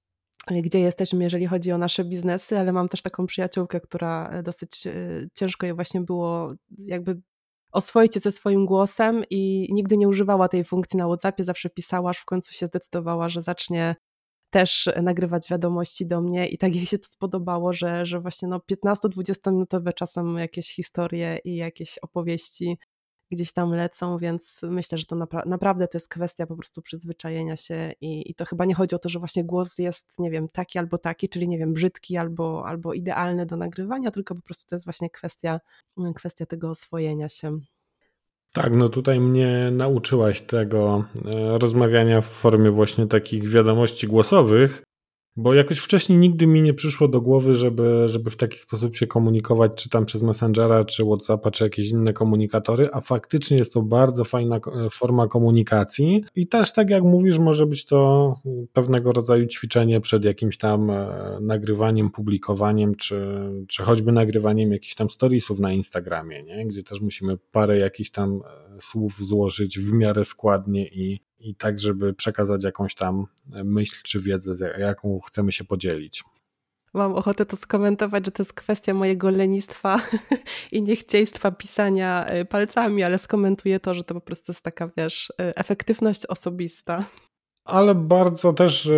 gdzie jesteśmy, jeżeli chodzi o nasze biznesy, ale mam też taką przyjaciółkę, która dosyć ciężko jej właśnie było jakby oswoić się ze swoim głosem i nigdy nie używała tej funkcji na WhatsAppie, zawsze pisała, aż w końcu się zdecydowała, że zacznie też nagrywać wiadomości do mnie i tak jej się to spodobało, że, że właśnie no piętnasto-dwudziestominutowe czasem jakieś historie i jakieś opowieści gdzieś tam lecą, więc myślę, że to napra- naprawdę to jest kwestia po prostu przyzwyczajenia się i, i to chyba nie chodzi o to, że właśnie głos jest, nie wiem, taki albo taki, czyli nie wiem, brzydki albo, albo idealny do nagrywania, tylko po prostu to jest właśnie kwestia, kwestia tego oswojenia się. Tak, no tutaj mnie nauczyłaś tego e, rozmawiania w formie właśnie takich wiadomości głosowych, bo jakoś wcześniej nigdy mi nie przyszło do głowy, żeby, żeby w taki sposób się komunikować, czy tam przez Messengera, czy WhatsAppa, czy jakieś inne komunikatory, a faktycznie jest to bardzo fajna forma komunikacji i też tak jak mówisz, może być to pewnego rodzaju ćwiczenie przed jakimś tam nagrywaniem, publikowaniem, czy, czy choćby nagrywaniem jakichś tam storiesów na Instagramie, nie? Gdzie też musimy parę jakichś tam słów złożyć w miarę składnie i i tak, żeby przekazać jakąś tam myśl czy wiedzę, jaką chcemy się podzielić. Mam ochotę to skomentować, że to jest kwestia mojego lenistwa i niechciejstwa pisania palcami, ale skomentuję to, że to po prostu jest taka, wiesz, efektywność osobista. Ale bardzo też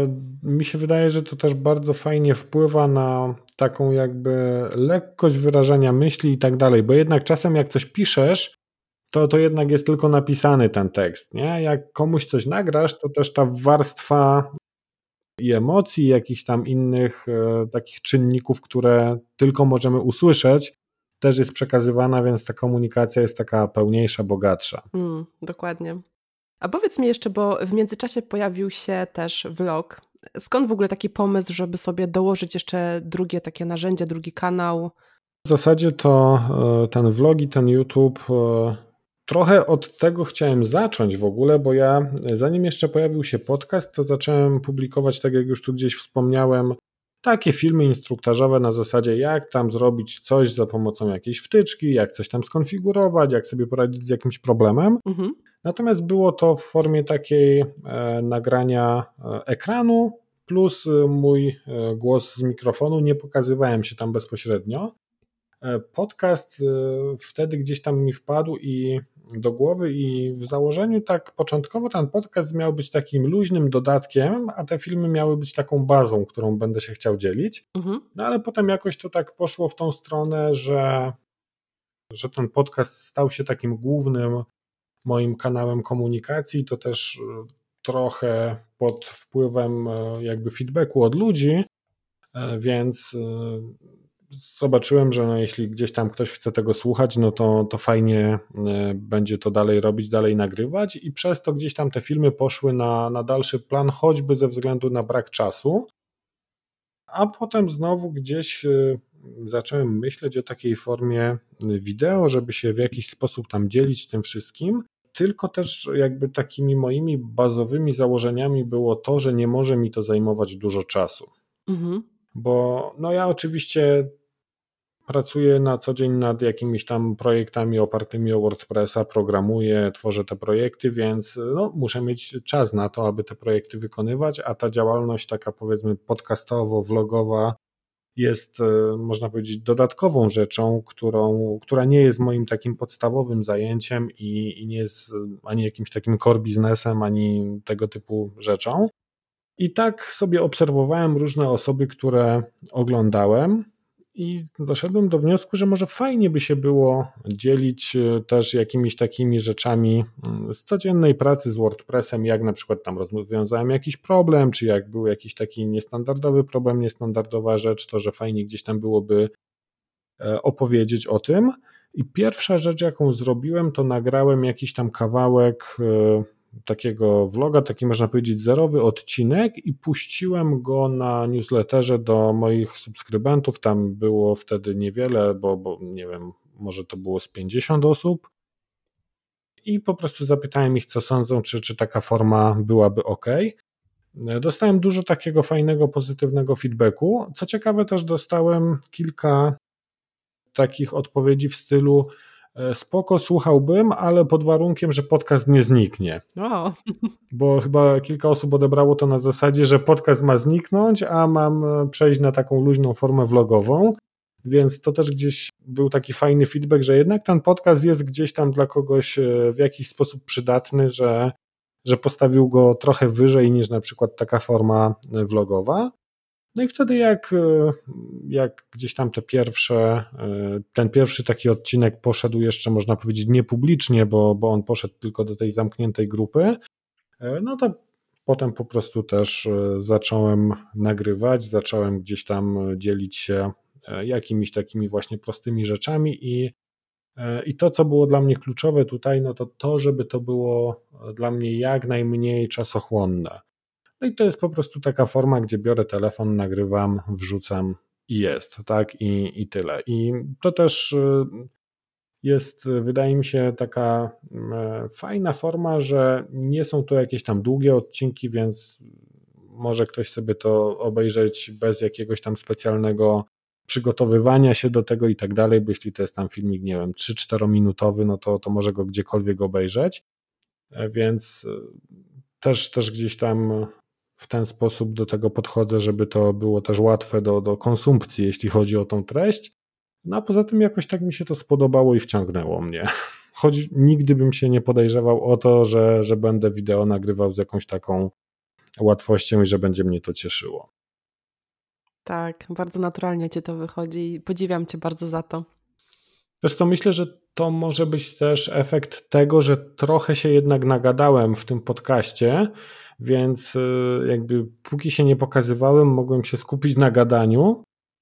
mi się wydaje, że to też bardzo fajnie wpływa na taką jakby lekkość wyrażania myśli i tak dalej, bo jednak czasem jak coś piszesz, to to jednak jest tylko napisany ten tekst, nie? Jak komuś coś nagrasz, to też ta warstwa i emocji, jakichś tam innych e, takich czynników, które tylko możemy usłyszeć, też jest przekazywana, więc ta komunikacja jest taka pełniejsza, bogatsza. Mm, dokładnie. A powiedz mi jeszcze, bo w międzyczasie pojawił się też vlog. Skąd w ogóle taki pomysł, żeby sobie dołożyć jeszcze drugie takie narzędzie, drugi kanał? W zasadzie to e, ten vlog i ten YouTube... E, trochę od tego chciałem zacząć w ogóle, bo ja zanim jeszcze pojawił się podcast, to zacząłem publikować, tak jak już tu gdzieś wspomniałem, takie filmy instruktażowe na zasadzie jak tam zrobić coś za pomocą jakiejś wtyczki, jak coś tam skonfigurować, jak sobie poradzić z jakimś problemem. Mhm. Natomiast było to w formie takiej e, nagrania e, ekranu plus mój e, głos z mikrofonu, nie pokazywałem się tam bezpośrednio. E, podcast e, wtedy gdzieś tam mi wpadł i do głowy i w założeniu tak początkowo ten podcast miał być takim luźnym dodatkiem, a te filmy miały być taką bazą, którą będę się chciał dzielić. Mhm. No ale potem jakoś to tak poszło w tą stronę, że, że ten podcast stał się takim głównym moim kanałem komunikacji, to też trochę pod wpływem jakby feedbacku od ludzi, więc zobaczyłem, że no jeśli gdzieś tam ktoś chce tego słuchać, no to, to fajnie będzie to dalej robić, dalej nagrywać i przez to gdzieś tam te filmy poszły na, na dalszy plan, choćby ze względu na brak czasu, a potem znowu gdzieś zacząłem myśleć o takiej formie wideo, żeby się w jakiś sposób tam dzielić tym wszystkim, tylko też jakby takimi moimi bazowymi założeniami było to, że nie może mi to zajmować dużo czasu. Mhm. Bo no ja oczywiście pracuję na co dzień nad jakimiś tam projektami opartymi o WordPressa, programuję, tworzę te projekty, więc no, muszę mieć czas na to, aby te projekty wykonywać, a ta działalność taka powiedzmy podcastowo-vlogowa jest, można powiedzieć, dodatkową rzeczą, którą, która nie jest moim takim podstawowym zajęciem i, i nie jest ani jakimś takim core biznesem, ani tego typu rzeczą. I tak sobie obserwowałem różne osoby, które oglądałem i doszedłem do wniosku, że może fajnie by się było dzielić też jakimiś takimi rzeczami z codziennej pracy z WordPressem, jak na przykład tam rozwiązałem jakiś problem, czy jak był jakiś taki niestandardowy problem, niestandardowa rzecz, to że fajnie gdzieś tam byłoby opowiedzieć o tym. I pierwsza rzecz, jaką zrobiłem, to nagrałem jakiś tam kawałek takiego vloga, taki można powiedzieć zerowy odcinek i puściłem go na newsletterze do moich subskrybentów, tam było wtedy niewiele, bo, bo nie wiem, może to było z pięćdziesiąt osób i po prostu zapytałem ich, co sądzą, czy, czy taka forma byłaby ok. Dostałem dużo takiego fajnego, pozytywnego feedbacku. Co ciekawe, też dostałem kilka takich odpowiedzi w stylu spoko, słuchałbym, ale pod warunkiem, że podcast nie zniknie. Wow. Bo chyba kilka osób odebrało to na zasadzie, że podcast ma zniknąć, a mam przejść na taką luźną formę vlogową, więc to też gdzieś był taki fajny feedback, że jednak ten podcast jest gdzieś tam dla kogoś w jakiś sposób przydatny, że, że postawił go trochę wyżej niż na przykład taka forma vlogowa. No i wtedy jak, jak gdzieś tam te pierwsze, ten pierwszy taki odcinek poszedł jeszcze, można powiedzieć, niepublicznie, bo, bo on poszedł tylko do tej zamkniętej grupy, no to potem po prostu też zacząłem nagrywać, zacząłem gdzieś tam dzielić się jakimiś takimi właśnie prostymi rzeczami i, i to, co było dla mnie kluczowe tutaj, no to to, żeby to było dla mnie jak najmniej czasochłonne. No i to jest po prostu taka forma, gdzie biorę telefon, nagrywam, wrzucam i jest, tak, i, i tyle. I to też jest, wydaje mi się, taka fajna forma, że nie są to jakieś tam długie odcinki, więc może ktoś sobie to obejrzeć bez jakiegoś tam specjalnego przygotowywania się do tego i tak dalej, bo jeśli to jest tam filmik, nie wiem, trzy-czterominutowy, no to, to może go gdziekolwiek obejrzeć, więc też, też gdzieś tam w ten sposób do tego podchodzę, żeby to było też łatwe do, do konsumpcji, jeśli chodzi o tą treść. No a poza tym jakoś tak mi się to spodobało i wciągnęło mnie. Choć nigdy bym się nie podejrzewał o to, że, że będę wideo nagrywał z jakąś taką łatwością i że będzie mnie to cieszyło. Tak, bardzo naturalnie ci to wychodzi i podziwiam cię bardzo za to. Zresztą myślę, że to może być też efekt tego, że trochę się jednak nagadałem w tym podcaście, więc jakby póki się nie pokazywałem, mogłem się skupić na gadaniu,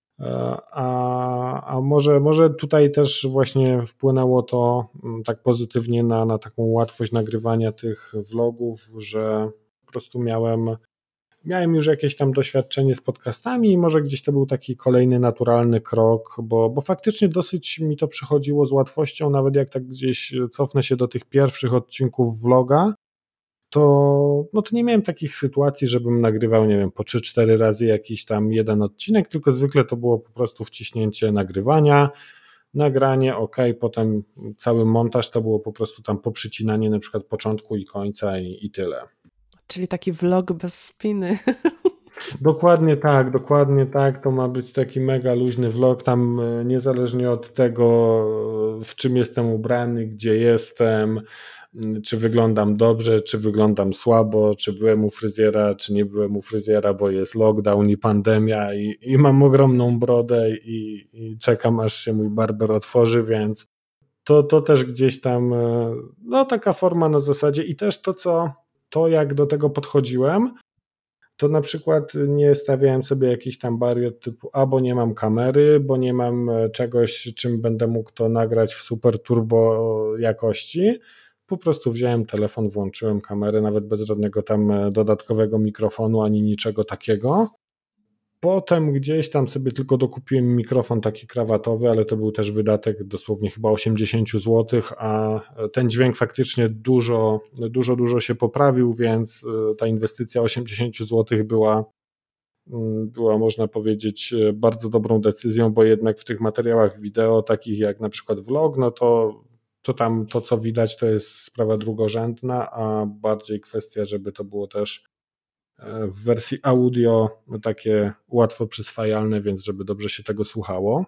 a, a może, może tutaj też właśnie wpłynęło to tak pozytywnie na, na taką łatwość nagrywania tych vlogów, że po prostu miałem miałem już jakieś tam doświadczenie z podcastami i może gdzieś to był taki kolejny naturalny krok, bo, bo faktycznie dosyć mi to przychodziło z łatwością, nawet jak tak gdzieś cofnę się do tych pierwszych odcinków vloga, to, no to nie miałem takich sytuacji, żebym nagrywał, nie wiem, po trzy cztery razy jakiś tam jeden odcinek, tylko zwykle to było po prostu wciśnięcie nagrywania, nagranie, ok, potem cały montaż to było po prostu tam poprzycinanie na przykład początku i końca i, i tyle. Czyli taki vlog bez spiny. Dokładnie tak, dokładnie tak, to ma być taki mega luźny vlog, tam niezależnie od tego, w czym jestem ubrany, gdzie jestem, czy wyglądam dobrze, czy wyglądam słabo, czy byłem u fryzjera, czy nie byłem u fryzjera, bo jest lockdown i pandemia i, i mam ogromną brodę i, i czekam, aż się mój barber otworzy, więc to, to też gdzieś tam, no taka forma na zasadzie i też to, co, to jak do tego podchodziłem, to na przykład nie stawiałem sobie jakichś tam barier typu, a bo nie mam kamery, bo nie mam czegoś, czym będę mógł to nagrać w super turbo jakości. Po prostu wziąłem telefon, włączyłem kamerę, nawet bez żadnego tam dodatkowego mikrofonu ani niczego takiego. Potem gdzieś tam sobie tylko dokupiłem mikrofon taki krawatowy, ale to był też wydatek dosłownie chyba osiemdziesiąt złotych, a ten dźwięk faktycznie dużo, dużo, dużo się poprawił, więc ta inwestycja osiemdziesiąt złotych była, była można powiedzieć bardzo dobrą decyzją, bo jednak w tych materiałach wideo, takich jak na przykład vlog, no to, to tam to co widać to jest sprawa drugorzędna, a bardziej kwestia, żeby to było też w wersji audio takie łatwo przyswajalne, więc żeby dobrze się tego słuchało.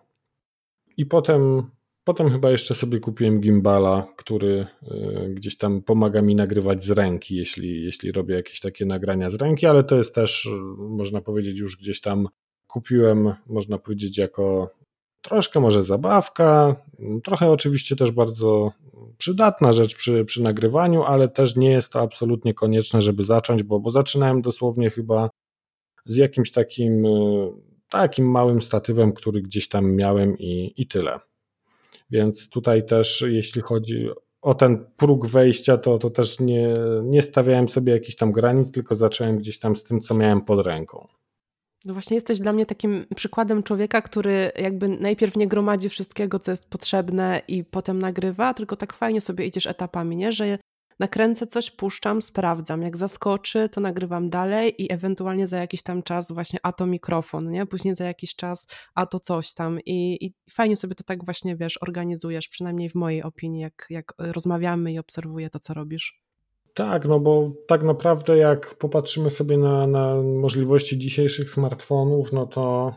I potem, potem chyba jeszcze sobie kupiłem gimbala, który gdzieś tam pomaga mi nagrywać z ręki, jeśli, jeśli robię jakieś takie nagrania z ręki, ale to jest też, można powiedzieć, już gdzieś tam kupiłem, można powiedzieć, jako troszkę może zabawka, trochę oczywiście też bardzo przydatna rzecz przy, przy nagrywaniu, ale też nie jest to absolutnie konieczne, żeby zacząć, bo, bo zaczynałem dosłownie chyba z jakimś takim takim małym statywem, który gdzieś tam miałem i, i tyle. Więc tutaj też jeśli chodzi o ten próg wejścia, to, to też nie, nie stawiałem sobie jakichś tam granic, tylko zacząłem gdzieś tam z tym, co miałem pod ręką. No właśnie jesteś dla mnie takim przykładem człowieka, który jakby najpierw nie gromadzi wszystkiego, co jest potrzebne i potem nagrywa, tylko tak fajnie sobie idziesz etapami, nie? Że nakręcę coś, puszczam, sprawdzam. Jak zaskoczy, to nagrywam dalej i ewentualnie za jakiś tam czas właśnie a to mikrofon, nie? Później za jakiś czas a to coś tam i, i fajnie sobie to tak właśnie, wiesz, organizujesz, przynajmniej w mojej opinii, jak, jak rozmawiamy i obserwuję to, co robisz. Tak, no bo tak naprawdę jak popatrzymy sobie na, na możliwości dzisiejszych smartfonów, no to,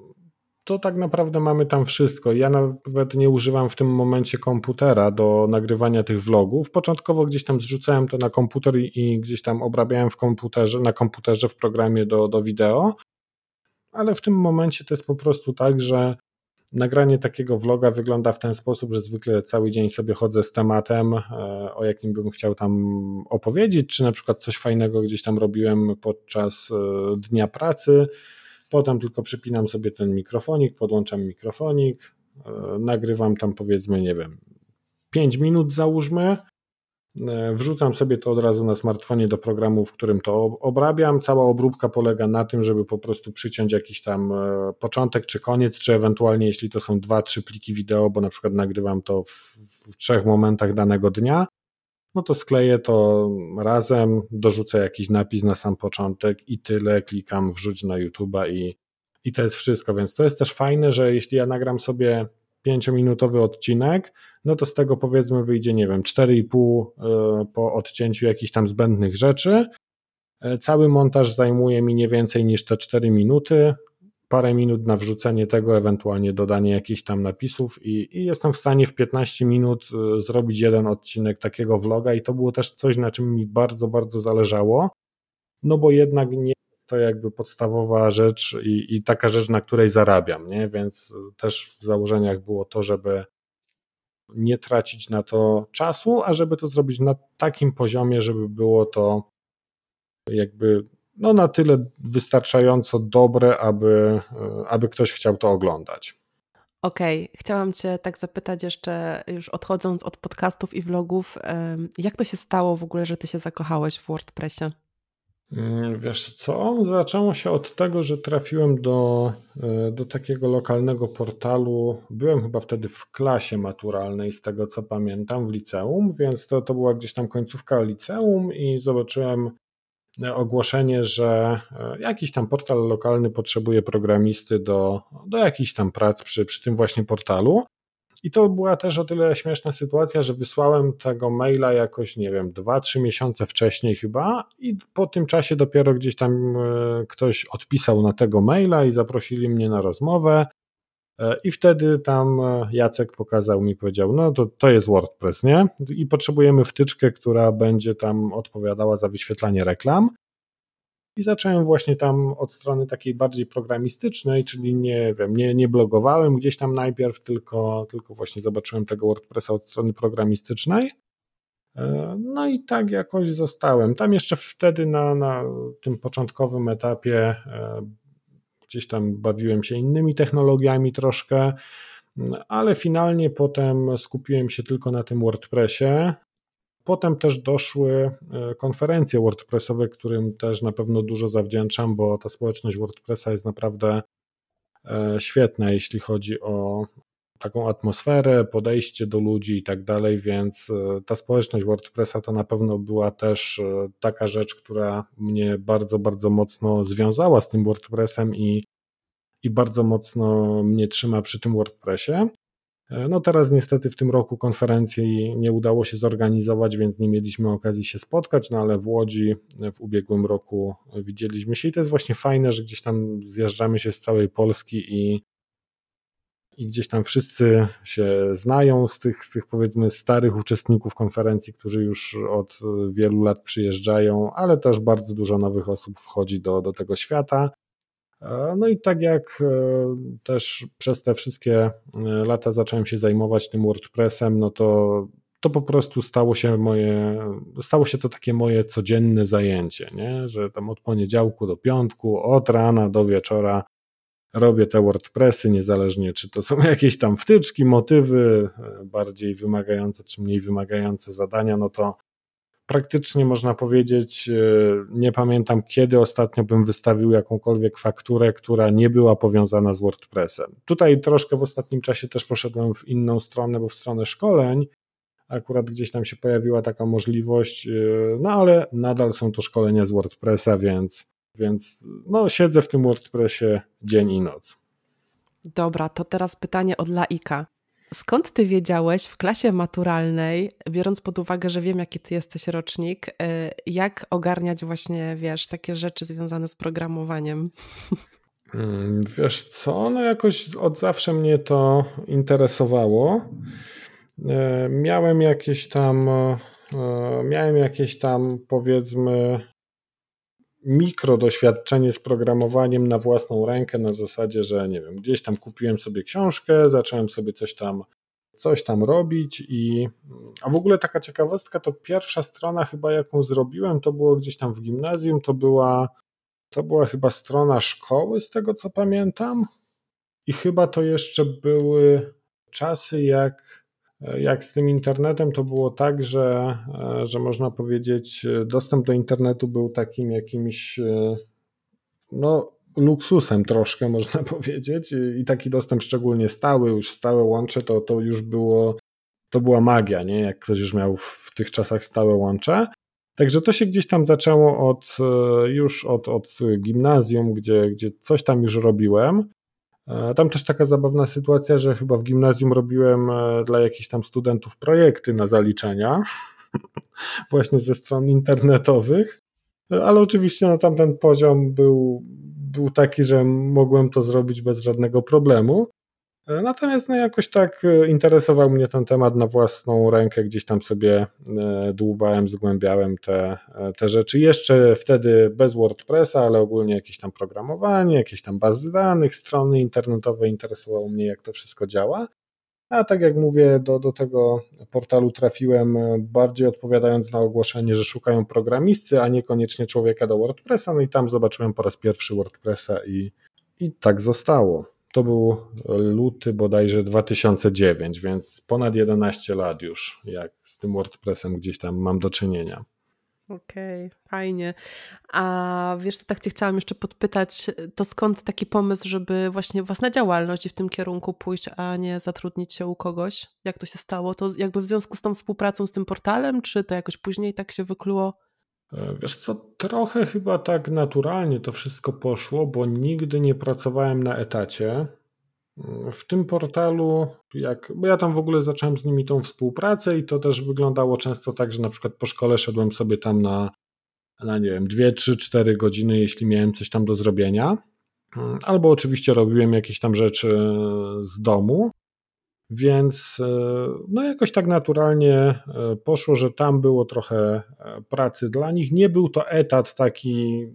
to tak naprawdę mamy tam wszystko. Ja nawet nie używam w tym momencie komputera do nagrywania tych vlogów. Początkowo gdzieś tam zrzucałem to na komputer i, i gdzieś tam obrabiałem w komputerze, na komputerze w programie do, do wideo, ale w tym momencie to jest po prostu tak, że nagranie takiego vloga wygląda w ten sposób, że zwykle cały dzień sobie chodzę z tematem, o jakim bym chciał tam opowiedzieć, czy na przykład coś fajnego gdzieś tam robiłem podczas dnia pracy. Potem tylko przypinam sobie ten mikrofonik, podłączam mikrofonik, nagrywam tam powiedzmy, nie wiem, pięć minut załóżmy, wrzucam sobie to od razu na smartfonie do programu, w którym to obrabiam. Cała obróbka polega na tym, żeby po prostu przyciąć jakiś tam początek czy koniec, czy ewentualnie jeśli to są dwa, trzy pliki wideo, bo na przykład nagrywam to w, w trzech momentach danego dnia, no to skleję to razem, dorzucę jakiś napis na sam początek i tyle, klikam wrzuć na YouTube'a i, i to jest wszystko, więc to jest też fajne, że jeśli ja nagram sobie pięciominutowy odcinek, no to z tego powiedzmy wyjdzie, nie wiem, cztery i pół po odcięciu jakichś tam zbędnych rzeczy. Cały montaż zajmuje mi nie więcej niż te cztery minuty, parę minut na wrzucenie tego, ewentualnie dodanie jakichś tam napisów i, i jestem w stanie w piętnaście minut zrobić jeden odcinek takiego vloga i to było też coś, na czym mi bardzo, bardzo zależało, no bo jednak nie jest to jakby podstawowa rzecz i, i taka rzecz, na której zarabiam, nie? Więc też w założeniach było to, żeby nie tracić na to czasu, a żeby to zrobić na takim poziomie, żeby było to jakby no na tyle wystarczająco dobre, aby, aby ktoś chciał to oglądać. Okej, okay. Chciałam Cię tak zapytać jeszcze, już odchodząc od podcastów i vlogów, jak to się stało w ogóle, że Ty się zakochałeś w WordPressie? Wiesz co, zaczęło się od tego, że trafiłem do, do takiego lokalnego portalu. Byłem chyba wtedy w klasie maturalnej, z tego co pamiętam, w liceum, więc to, to była gdzieś tam końcówka liceum i zobaczyłem ogłoszenie, że jakiś tam portal lokalny potrzebuje programisty do, do jakichś tam prac przy, przy tym właśnie portalu. I to była też o tyle śmieszna sytuacja, że wysłałem tego maila jakoś, nie wiem, dwa, trzy miesiące wcześniej chyba i po tym czasie dopiero gdzieś tam ktoś odpisał na tego maila i zaprosili mnie na rozmowę i wtedy tam Jacek pokazał mi, powiedział, no to, to jest WordPress, nie? I potrzebujemy wtyczkę, która będzie tam odpowiadała za wyświetlanie reklam. I zacząłem właśnie tam od strony takiej bardziej programistycznej, czyli nie wiem, nie, nie blogowałem gdzieś tam najpierw, tylko, tylko właśnie zobaczyłem tego WordPressa od strony programistycznej. No i tak jakoś zostałem. Tam jeszcze wtedy na, na tym początkowym etapie gdzieś tam bawiłem się innymi technologiami troszkę, ale finalnie potem skupiłem się tylko na tym WordPressie. Potem też doszły konferencje WordPressowe, którym też na pewno dużo zawdzięczam, bo ta społeczność WordPressa jest naprawdę świetna, jeśli chodzi o taką atmosferę, podejście do ludzi i tak dalej, więc ta społeczność WordPressa to na pewno była też taka rzecz, która mnie bardzo, bardzo mocno związała z tym WordPressem i, i bardzo mocno mnie trzyma przy tym WordPressie. No teraz niestety w tym roku konferencji nie udało się zorganizować, więc nie mieliśmy okazji się spotkać, no ale w Łodzi w ubiegłym roku widzieliśmy się i to jest właśnie fajne, że gdzieś tam zjeżdżamy się z całej Polski i, i gdzieś tam wszyscy się znają z tych, z tych powiedzmy starych uczestników konferencji, którzy już od wielu lat przyjeżdżają, ale też bardzo dużo nowych osób wchodzi do, do tego świata. No i tak jak też przez te wszystkie lata zacząłem się zajmować tym WordPressem, no to, to po prostu stało się moje, stało się to takie moje codzienne zajęcie, nie? Że tam od poniedziałku do piątku, od rana do wieczora robię te WordPressy, niezależnie czy to są jakieś tam wtyczki, motywy, bardziej wymagające czy mniej wymagające zadania, no to praktycznie można powiedzieć, nie pamiętam kiedy ostatnio bym wystawił jakąkolwiek fakturę, która nie była powiązana z WordPressem. Tutaj troszkę w ostatnim czasie też poszedłem w inną stronę, bo w stronę szkoleń akurat gdzieś tam się pojawiła taka możliwość, no ale nadal są to szkolenia z WordPressa, więc, więc no siedzę w tym WordPressie dzień i noc. Dobra, to teraz pytanie od laika. Skąd ty wiedziałeś w klasie maturalnej, biorąc pod uwagę, że wiem jaki ty jesteś rocznik, jak ogarniać właśnie, wiesz, takie rzeczy związane z programowaniem? Wiesz co, no jakoś od zawsze mnie to interesowało. Miałem jakieś tam, miałem jakieś tam powiedzmy mikro doświadczenie z programowaniem na własną rękę, na zasadzie, że nie wiem, gdzieś tam kupiłem sobie książkę, zacząłem sobie coś tam coś tam robić i a w ogóle taka ciekawostka, to pierwsza strona chyba jaką zrobiłem, to było gdzieś tam w gimnazjum, to była to była chyba strona szkoły z tego co pamiętam i chyba to jeszcze były czasy jak jak z tym internetem to było tak, że, że można powiedzieć dostęp do internetu był takim jakimś no luksusem troszkę można powiedzieć i taki dostęp szczególnie stały, już stałe łącze to, to już było, to była magia, nie? Jak ktoś już miał w tych czasach stałe łącze. Także to się gdzieś tam zaczęło od, już od, od gimnazjum, gdzie, gdzie coś tam już robiłem. Tam też taka zabawna sytuacja, że chyba w gimnazjum robiłem dla jakichś tam studentów projekty na zaliczenia właśnie ze stron internetowych, ale oczywiście no, tamten poziom był, był taki, że mogłem to zrobić bez żadnego problemu. Natomiast no, jakoś tak interesował mnie ten temat na własną rękę, gdzieś tam sobie dłubałem, zgłębiałem te, te rzeczy. Jeszcze wtedy bez WordPressa, ale ogólnie jakieś tam programowanie, jakieś tam bazy danych, strony internetowe, interesowało mnie jak to wszystko działa. A tak jak mówię, do, do tego portalu trafiłem bardziej odpowiadając na ogłoszenie, że szukają programisty, a niekoniecznie człowieka do WordPressa. No i tam zobaczyłem po raz pierwszy WordPressa i, i tak zostało. To był luty bodajże dwa tysiące dziewiąty, więc ponad jedenaście lat już, jak z tym WordPressem gdzieś tam mam do czynienia. Okej, fajnie. A wiesz co, tak cię chciałam jeszcze podpytać, to skąd taki pomysł, żeby właśnie własna działalność i w tym kierunku pójść, a nie zatrudnić się u kogoś? Jak to się stało? To jakby w związku z tą współpracą z tym portalem, czy to jakoś później tak się wykluło? E, Wiesz co, trochę chyba tak naturalnie to wszystko poszło, bo nigdy nie pracowałem na etacie. Mm, W tym portalu, jak, bo ja tam w ogóle zacząłem z nimi tą współpracę i to też wyglądało często tak, że na przykład po szkole szedłem sobie tam na, na nie wiem, dwie, trzy, cztery godziny, jeśli miałem coś tam do zrobienia. Mm, Albo oczywiście robiłem jakieś tam rzeczy z domu. Więc e, no jakoś tak naturalnie e, poszło, że tam było trochę e, pracy dla nich. Nie był to etat taki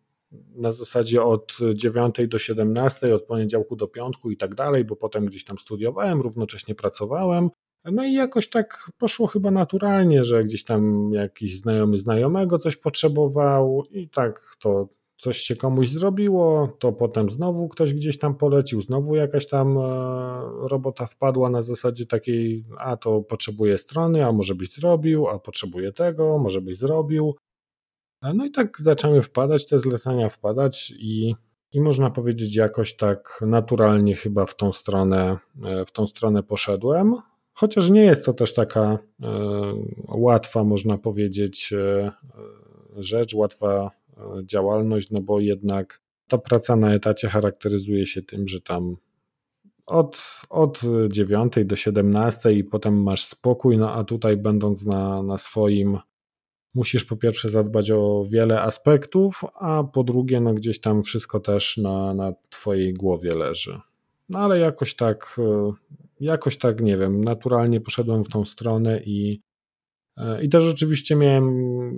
na zasadzie od dziewiątej do siedemnastej, od poniedziałku do piątku i tak dalej, bo potem gdzieś tam studiowałem, równocześnie pracowałem. No i jakoś tak poszło chyba naturalnie, że gdzieś tam jakiś znajomy znajomego coś potrzebował i tak to coś się komuś zrobiło, to potem znowu ktoś gdzieś tam polecił, znowu jakaś tam e, robota wpadła na zasadzie takiej, a to potrzebuje strony, a może byś zrobił, a potrzebuje tego, może byś zrobił. No i tak zaczęły wpadać te zlecenia, wpadać i, i można powiedzieć jakoś tak naturalnie chyba w tą stronę, e, w tą stronę poszedłem. Chociaż nie jest to też taka e, łatwa, można powiedzieć, e, rzecz, łatwa e, działalność, no bo jednak ta praca na etacie charakteryzuje się tym, że tam od, od dziewiątej do siedemnastej i potem masz spokój, no a tutaj będąc na, na swoim musisz po pierwsze zadbać o wiele aspektów, a po drugie no gdzieś tam wszystko też na, na twojej głowie leży. No ale jakoś tak, e, jakoś tak nie wiem, naturalnie poszedłem w tą stronę i, e, i też rzeczywiście miałem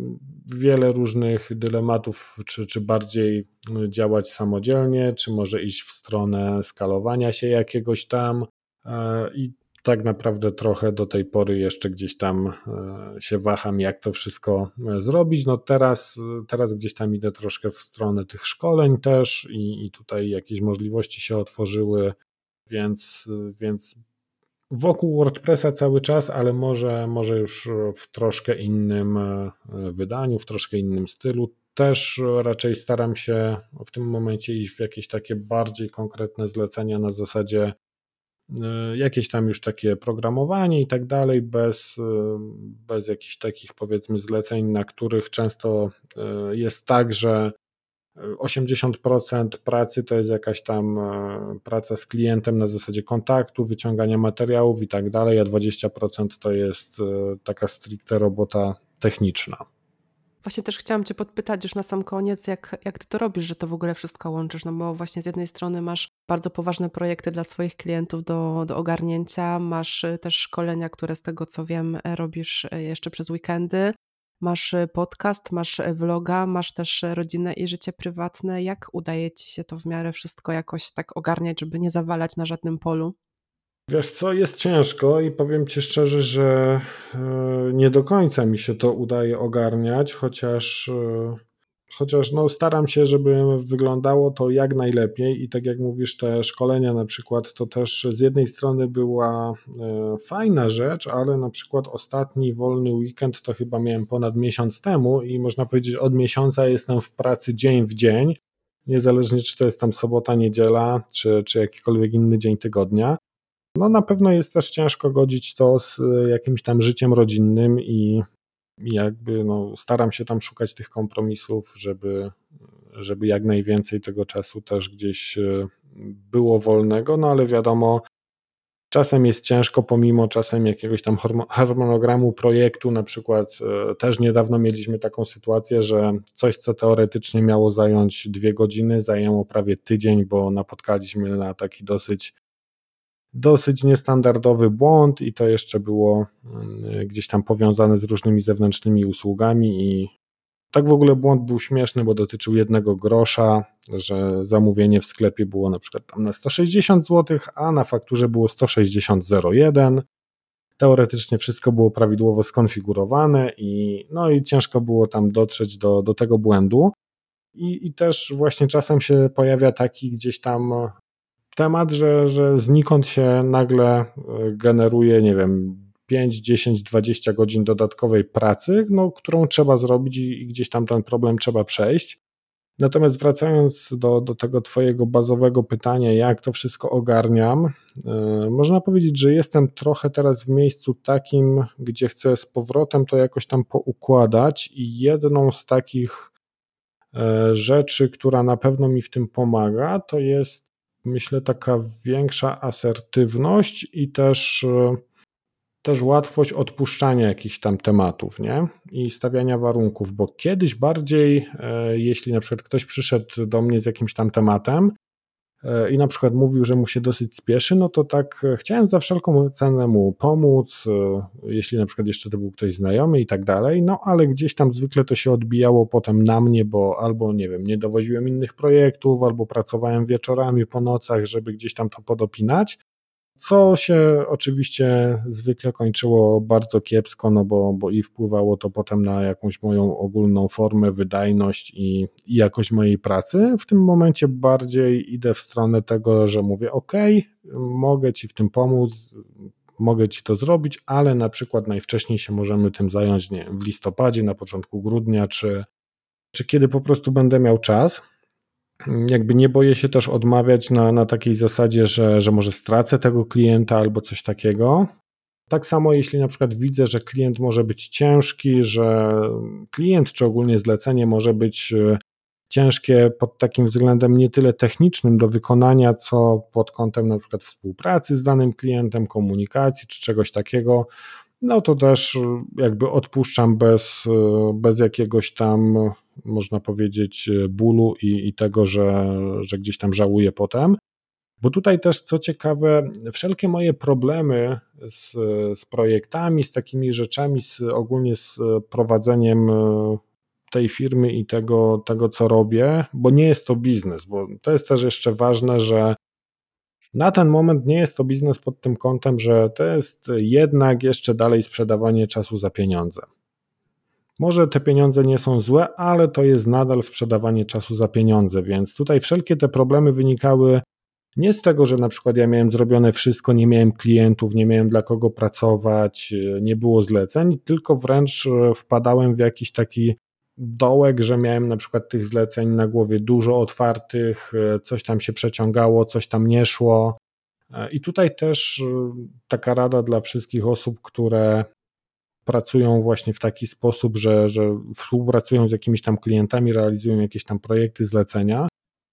wiele różnych dylematów, czy, czy bardziej działać samodzielnie, czy może iść w stronę skalowania się jakiegoś tam. E, I tak naprawdę trochę do tej pory jeszcze gdzieś tam e, się waham, jak to wszystko e, zrobić. No teraz, teraz gdzieś tam idę troszkę w stronę tych szkoleń też i, i tutaj jakieś możliwości się otworzyły, więc, więc wokół WordPressa cały czas, ale może, może już w troszkę innym e, wydaniu, w troszkę innym stylu. Też raczej staram się w tym momencie iść w jakieś takie bardziej konkretne zlecenia na zasadzie e, jakieś tam już takie programowanie i tak dalej, bez, e, bez jakichś takich powiedzmy zleceń, na których często e, jest tak, że osiemdziesiąt procent pracy to jest jakaś tam e, praca z klientem na zasadzie kontaktu, wyciągania materiałów i tak dalej, a dwadzieścia procent to jest e, taka stricte robota techniczna. Właśnie też chciałam cię podpytać już na sam koniec, jak, jak ty to robisz, że to w ogóle wszystko łączysz, no bo właśnie z jednej strony masz bardzo poważne projekty dla swoich klientów do, do ogarnięcia, masz y, też szkolenia, które z tego co wiem e, robisz e, jeszcze przez weekendy, masz y, podcast, masz e, vloga, masz też e, rodzinę i życie prywatne. Jak udaje ci się to w miarę wszystko jakoś tak ogarniać, żeby nie zawalać na żadnym polu? Wiesz co, jest ciężko i powiem ci szczerze, że e, nie do końca mi się to udaje ogarniać, chociaż, e, chociaż no staram się, żeby wyglądało to jak najlepiej i tak jak mówisz, te szkolenia na przykład to też z jednej strony była e, fajna rzecz, ale na przykład ostatni wolny weekend to chyba miałem ponad miesiąc temu i można powiedzieć od miesiąca jestem w pracy dzień w dzień, niezależnie czy to jest tam sobota, niedziela, czy, czy jakikolwiek inny dzień tygodnia. No na pewno jest też ciężko godzić to z e, jakimś tam życiem rodzinnym i i jakby no, staram się tam szukać tych kompromisów, żeby, żeby jak najwięcej tego czasu też gdzieś e, było wolnego, no ale wiadomo, czasem jest ciężko, pomimo czasem jakiegoś tam harmonogramu projektu, na przykład e, też niedawno mieliśmy taką sytuację, że coś, co teoretycznie miało zająć dwie godziny, zajęło prawie tydzień, bo napotkaliśmy na taki dosyć dosyć niestandardowy błąd i to jeszcze było mm, gdzieś tam powiązane z różnymi zewnętrznymi usługami i tak w ogóle błąd był śmieszny, bo dotyczył jednego grosza, że zamówienie w sklepie było na przykład tam na sto sześćdziesiąt złotych, a na fakturze było sto sześćdziesiąt zero jeden. Teoretycznie wszystko było prawidłowo skonfigurowane i no i ciężko było tam dotrzeć do, do tego błędu. I, I też właśnie czasem się pojawia taki gdzieś tam temat, że, że znikąd się nagle generuje, nie wiem, pięć, dziesięć, dwadzieścia godzin dodatkowej pracy, no, którą trzeba zrobić i, i gdzieś tam ten problem trzeba przejść. Natomiast wracając do, do tego twojego bazowego pytania, jak to wszystko ogarniam, yy, można powiedzieć, że jestem trochę teraz w miejscu takim, gdzie chcę z powrotem to jakoś tam poukładać i jedną z takich yy, rzeczy, która na pewno mi w tym pomaga, to jest, myślę, taka większa asertywność i też yy, też łatwość odpuszczania jakichś tam tematów, nie? I stawiania warunków, bo kiedyś bardziej, e, jeśli na przykład ktoś przyszedł do mnie z jakimś tam tematem e, i na przykład mówił, że mu się dosyć spieszy, no to tak e, chciałem za wszelką cenę mu pomóc, e, jeśli na przykład jeszcze to był ktoś znajomy i tak dalej, no ale gdzieś tam zwykle to się odbijało potem na mnie, bo albo, nie wiem, nie dowoziłem innych projektów, albo pracowałem wieczorami po nocach, żeby gdzieś tam to podopinać. Co się oczywiście zwykle kończyło bardzo kiepsko, no bo, bo i wpływało to potem na jakąś moją ogólną formę, wydajność i, i jakość mojej pracy. W tym momencie bardziej idę w stronę tego, że mówię: OK, mogę ci w tym pomóc, mogę ci to zrobić, ale na przykład najwcześniej się możemy tym zająć, nie wiem, w listopadzie, na początku grudnia, czy, czy kiedy po prostu będę miał czas. Jakby nie boję się też odmawiać na, na takiej zasadzie, że, że może stracę tego klienta albo coś takiego. Tak samo jeśli na przykład widzę, że klient może być ciężki, że klient czy ogólnie zlecenie może być ciężkie pod takim względem nie tyle technicznym do wykonania, co pod kątem na przykład współpracy z danym klientem, komunikacji czy czegoś takiego, no to też jakby odpuszczam bez, bez jakiegoś tam, można powiedzieć, bólu i, i tego, że, że gdzieś tam żałuję potem. Bo tutaj też, co ciekawe, wszelkie moje problemy z, z projektami, z takimi rzeczami, z, ogólnie z prowadzeniem tej firmy i tego, tego, co robię, bo nie jest to biznes, bo to jest też jeszcze ważne, że na ten moment nie jest to biznes pod tym kątem, że to jest jednak jeszcze dalej sprzedawanie czasu za pieniądze. Może te pieniądze nie są złe, ale to jest nadal sprzedawanie czasu za pieniądze, więc tutaj wszelkie te problemy wynikały nie z tego, że na przykład ja miałem zrobione wszystko, nie miałem klientów, nie miałem dla kogo pracować, nie było zleceń, tylko wręcz wpadałem w jakiś taki dołek, że miałem na przykład tych zleceń na głowie dużo otwartych, coś tam się przeciągało, coś tam nie szło. I tutaj też taka rada dla wszystkich osób, które pracują właśnie w taki sposób, że, że współpracują z jakimiś tam klientami, realizują jakieś tam projekty, zlecenia,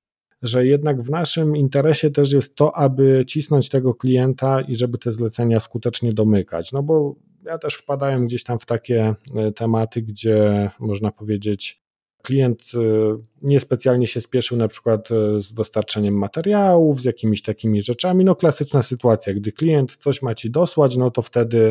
że jednak w naszym interesie też jest to, aby cisnąć tego klienta i żeby te zlecenia skutecznie domykać, no bo ja też wpadałem gdzieś tam w takie tematy, gdzie można powiedzieć, klient niespecjalnie się spieszył na przykład z dostarczeniem materiałów, z jakimiś takimi rzeczami, no klasyczna sytuacja, gdy klient coś ma ci dosłać, no to wtedy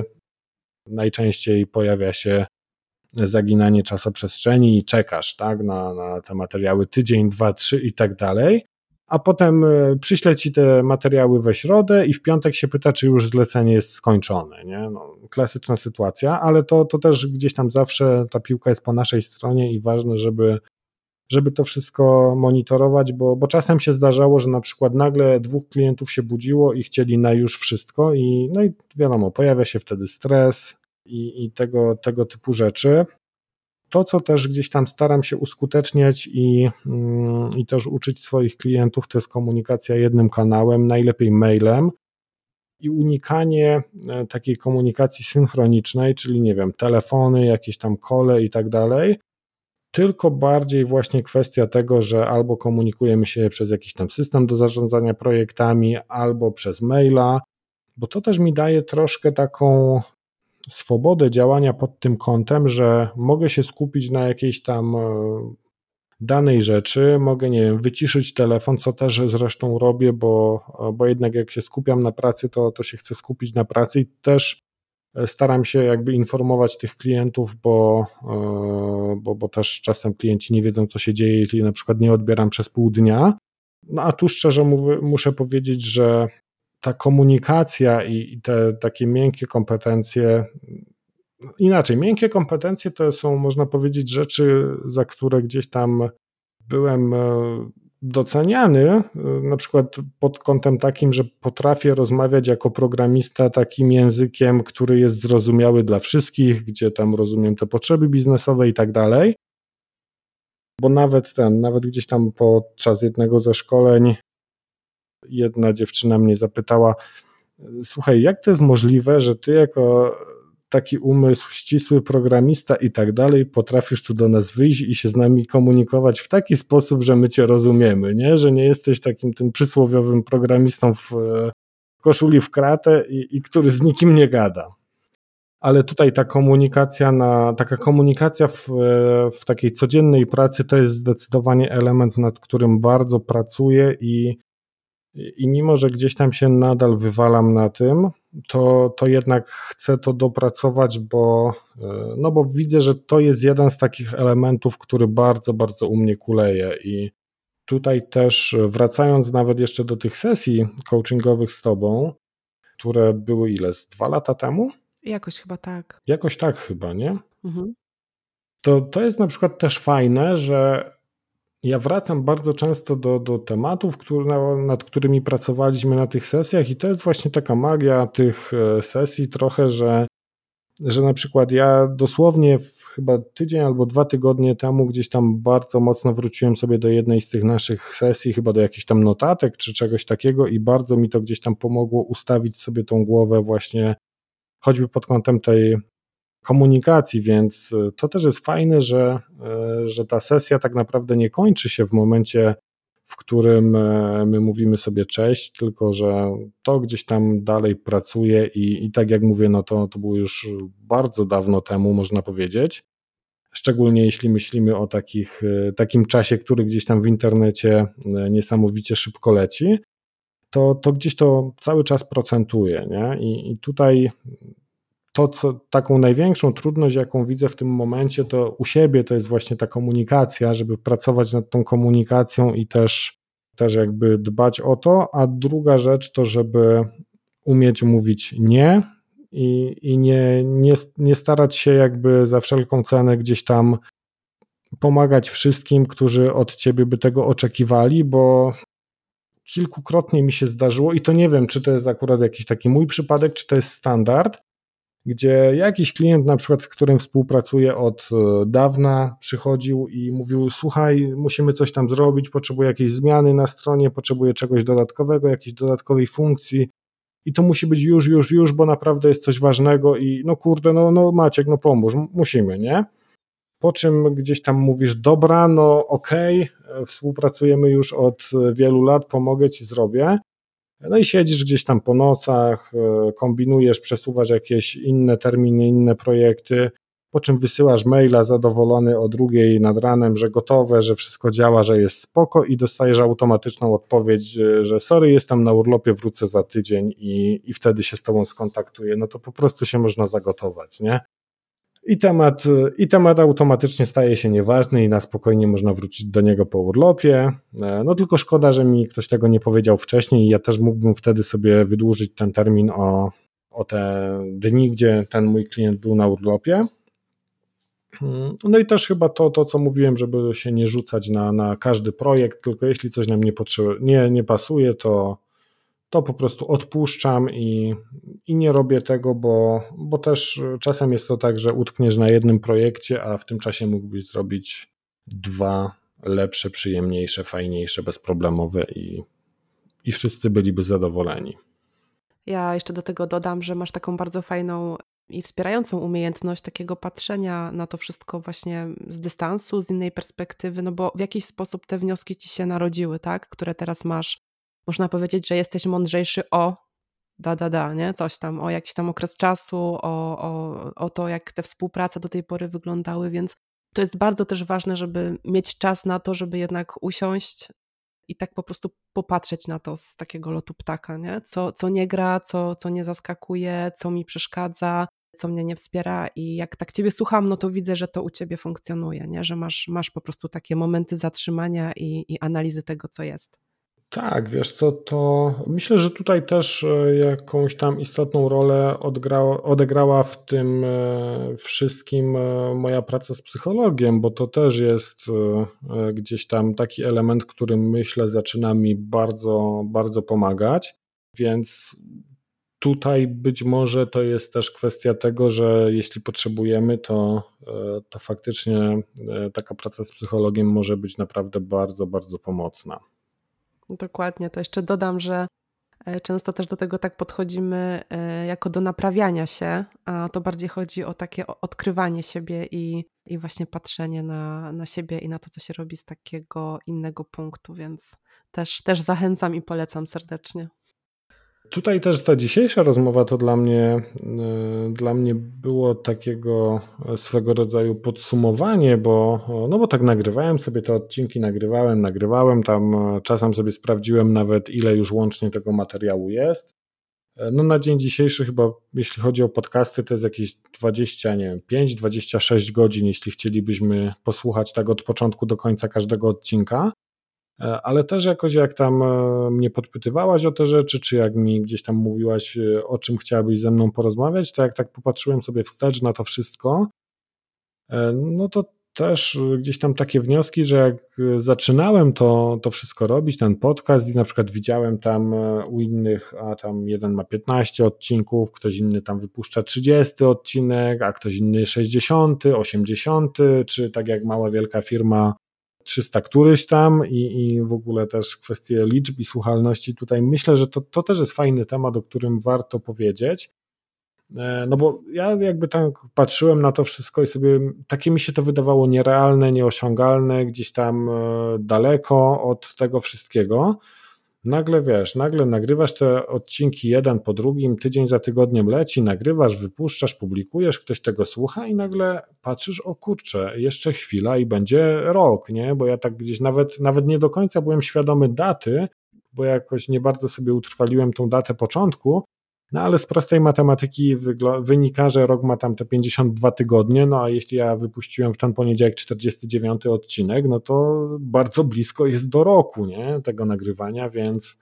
najczęściej pojawia się zaginanie czasoprzestrzeni i czekasz, tak, na, na te materiały tydzień, dwa, trzy i tak dalej, a potem przyślę ci te materiały we środę i w piątek się pyta, czy już zlecenie jest skończone, nie? No, klasyczna sytuacja, ale to, to też gdzieś tam zawsze ta piłka jest po naszej stronie i ważne, żeby, żeby to wszystko monitorować, bo, bo czasem się zdarzało, że na przykład nagle dwóch klientów się budziło i chcieli na już wszystko i no i wiadomo, pojawia się wtedy stres i, i tego, tego typu rzeczy. To, co też gdzieś tam staram się uskuteczniać i, i też uczyć swoich klientów, to jest komunikacja jednym kanałem, najlepiej mailem i unikanie takiej komunikacji synchronicznej, czyli nie wiem, telefony, jakieś tam call i tak dalej, tylko bardziej właśnie kwestia tego, że albo komunikujemy się przez jakiś tam system do zarządzania projektami, albo przez maila, bo to też mi daje troszkę taką swobodę działania pod tym kątem, że mogę się skupić na jakiejś tam danej rzeczy, mogę, nie wiem, wyciszyć telefon, co też zresztą robię, bo, bo jednak jak się skupiam na pracy, to, to się chcę skupić na pracy i też staram się jakby informować tych klientów, bo, bo, bo też czasem klienci nie wiedzą, co się dzieje, jeśli na przykład nie odbieram przez pół dnia. No a tu szczerze mówię, muszę powiedzieć, że ta komunikacja i, i te takie miękkie kompetencje, inaczej, miękkie kompetencje to są, można powiedzieć, rzeczy, za które gdzieś tam byłem doceniany, na przykład pod kątem takim, że potrafię rozmawiać jako programista takim językiem, który jest zrozumiały dla wszystkich, gdzie tam rozumiem te potrzeby biznesowe i tak dalej. Bo nawet ten, nawet gdzieś tam podczas jednego ze szkoleń jedna dziewczyna mnie zapytała: słuchaj, jak to jest możliwe, że ty jako taki umysł, ścisły programista i tak dalej, potrafisz tu do nas wyjść i się z nami komunikować w taki sposób, że my cię rozumiemy, nie? Że nie jesteś takim tym przysłowiowym programistą w koszuli w kratę i, i który z nikim nie gada. Ale tutaj ta komunikacja, na, taka komunikacja w, w takiej codziennej pracy to jest zdecydowanie element, nad którym bardzo pracuję i I mimo, że gdzieś tam się nadal wywalam na tym, to, to jednak chcę to dopracować, bo, no bo widzę, że to jest jeden z takich elementów, który bardzo, bardzo u mnie kuleje. I tutaj też wracając nawet jeszcze do tych sesji coachingowych z tobą, które były ile? Z dwa lata temu? Jakoś chyba tak. Jakoś tak chyba, nie? Mhm. To, to jest na przykład też fajne, że ja wracam bardzo często do, do tematów, które, nad którymi pracowaliśmy na tych sesjach i to jest właśnie taka magia tych sesji trochę, że, że na przykład ja dosłownie w chyba tydzień albo dwa tygodnie temu gdzieś tam bardzo mocno wróciłem sobie do jednej z tych naszych sesji, chyba do jakichś tam notatek czy czegoś takiego i bardzo mi to gdzieś tam pomogło ustawić sobie tą głowę właśnie choćby pod kątem tej komunikacji, więc to też jest fajne, że, że ta sesja tak naprawdę nie kończy się w momencie, w którym my mówimy sobie cześć, tylko że to gdzieś tam dalej pracuje i, i tak jak mówię, no to, to było już bardzo dawno temu, można powiedzieć, szczególnie jeśli myślimy o takich, takim czasie, który gdzieś tam w internecie niesamowicie szybko leci, to, to gdzieś to cały czas procentuje, nie? I, i tutaj to, co taką największą trudność, jaką widzę w tym momencie, to u siebie to jest właśnie ta komunikacja, żeby pracować nad tą komunikacją i też, też jakby dbać o to, a druga rzecz to, żeby umieć mówić nie i, i nie, nie, nie starać się jakby za wszelką cenę gdzieś tam pomagać wszystkim, którzy od ciebie by tego oczekiwali, bo kilkukrotnie mi się zdarzyło i to nie wiem, czy to jest akurat jakiś taki mój przypadek, czy to jest standard, gdzie jakiś klient na przykład, z którym współpracuję od dawna, przychodził i mówił: słuchaj, musimy coś tam zrobić, potrzebuję jakiejś zmiany na stronie, potrzebuję czegoś dodatkowego, jakiejś dodatkowej funkcji i to musi być już, już, już, bo naprawdę jest coś ważnego i no kurde, no, no Maciek, no pomóż, musimy, nie? Po czym gdzieś tam mówisz: dobra, no okej, okay, współpracujemy już od wielu lat, pomogę ci, zrobię. No i siedzisz gdzieś tam po nocach, kombinujesz, przesuwasz jakieś inne terminy, inne projekty, po czym wysyłasz maila zadowolony o drugiej nad ranem, że gotowe, że wszystko działa, że jest spoko i dostajesz automatyczną odpowiedź, że sorry, jestem na urlopie, wrócę za tydzień i, i wtedy się z tobą skontaktuję. No to po prostu się można zagotować, nie? I temat, I temat automatycznie staje się nieważny i na spokojnie można wrócić do niego po urlopie. No tylko szkoda, że mi ktoś tego nie powiedział wcześniej i ja też mógłbym wtedy sobie wydłużyć ten termin o, o te dni, gdzie ten mój klient był na urlopie. No i też chyba to, to co mówiłem, żeby się nie rzucać na, na każdy projekt, tylko jeśli coś nam nie, potrzebuje, nie, nie pasuje, to to po prostu odpuszczam i, i nie robię tego, bo, bo też czasem jest to tak, że utkniesz na jednym projekcie, a w tym czasie mógłbyś zrobić dwa lepsze, przyjemniejsze, fajniejsze, bezproblemowe i, i wszyscy byliby zadowoleni. Ja jeszcze do tego dodam, że masz taką bardzo fajną i wspierającą umiejętność takiego patrzenia na to wszystko właśnie z dystansu, z innej perspektywy, no bo w jakiś sposób te wnioski ci się narodziły, tak, które teraz masz. Można powiedzieć, że jesteś mądrzejszy o da, da, da, nie? Coś tam, o jakiś tam okres czasu, o, o, o to, jak te współprace do tej pory wyglądały, więc to jest bardzo też ważne, żeby mieć czas na to, żeby jednak usiąść i tak po prostu popatrzeć na to z takiego lotu ptaka, nie? Co, co nie gra, co, co nie zaskakuje, co mi przeszkadza, co mnie nie wspiera i jak tak ciebie słucham, no to widzę, że to u ciebie funkcjonuje, nie? Że masz, masz po prostu takie momenty zatrzymania i, i analizy tego, co jest. Tak, wiesz co, to myślę, że tutaj też e, jakąś tam istotną rolę odgrała, odegrała w tym e, wszystkim e, moja praca z psychologiem, bo to też jest e, e, gdzieś tam taki element, który myślę zaczyna mi bardzo, bardzo pomagać, więc tutaj być może to jest też kwestia tego, że jeśli potrzebujemy, to, e, to faktycznie e, taka praca z psychologiem może być naprawdę bardzo, bardzo pomocna. Dokładnie, to jeszcze dodam, że e, często też do tego tak podchodzimy e, jako do naprawiania się, a to bardziej chodzi o takie o- odkrywanie siebie i, i właśnie patrzenie na, na siebie i na to, co się robi z takiego innego punktu, więc też, też zachęcam i polecam serdecznie. Tutaj też ta dzisiejsza rozmowa to dla mnie, y, dla mnie było takiego swego rodzaju podsumowanie, bo, no bo tak nagrywałem sobie te odcinki, nagrywałem, nagrywałem, tam e, czasem sobie sprawdziłem nawet ile już łącznie tego materiału jest. E, No na dzień dzisiejszy chyba, jeśli chodzi o podcasty, to jest jakieś dwadzieścia, nie wiem, pięć, dwadzieścia sześć godzin, jeśli chcielibyśmy posłuchać tak od początku do końca każdego odcinka. E, Ale też jakoś jak tam e, mnie podpytywałaś o te rzeczy, czy jak mi gdzieś tam mówiłaś, e, o czym chciałabyś ze mną porozmawiać, to jak tak popatrzyłem sobie wstecz na to wszystko, e, no to też e, gdzieś tam takie wnioski, że jak e, zaczynałem to, to wszystko robić, ten podcast i na przykład widziałem tam e, u innych, a tam jeden ma piętnaście odcinków, ktoś inny tam wypuszcza trzydziesty odcinek, a ktoś inny sześćdziesiąty, osiemdziesiąty, czy tak jak mała wielka firma trzysta któryś tam i, i w ogóle też kwestie liczb i słuchalności tutaj. Myślę, że to, to też jest fajny temat, o którym warto powiedzieć. E, No bo ja jakby tak patrzyłem na to wszystko i sobie takie mi się to wydawało nierealne, nieosiągalne, gdzieś tam e, daleko od tego wszystkiego. Nagle wiesz, nagle nagrywasz te odcinki jeden po drugim, tydzień za tygodniem leci, nagrywasz, wypuszczasz, publikujesz, ktoś tego słucha i nagle patrzysz, o kurczę, jeszcze chwila i będzie rok, nie? Bo ja tak gdzieś nawet, nawet nie do końca byłem świadomy daty, bo jakoś nie bardzo sobie utrwaliłem tą datę początku, no ale z prostej matematyki wygl- wynika, że rok ma tam te pięćdziesiąt dwa tygodnie, no a jeśli ja wypuściłem w ten poniedziałek czterdziesty dziewiąty odcinek, no to bardzo blisko jest do roku, nie? Tego nagrywania, więc,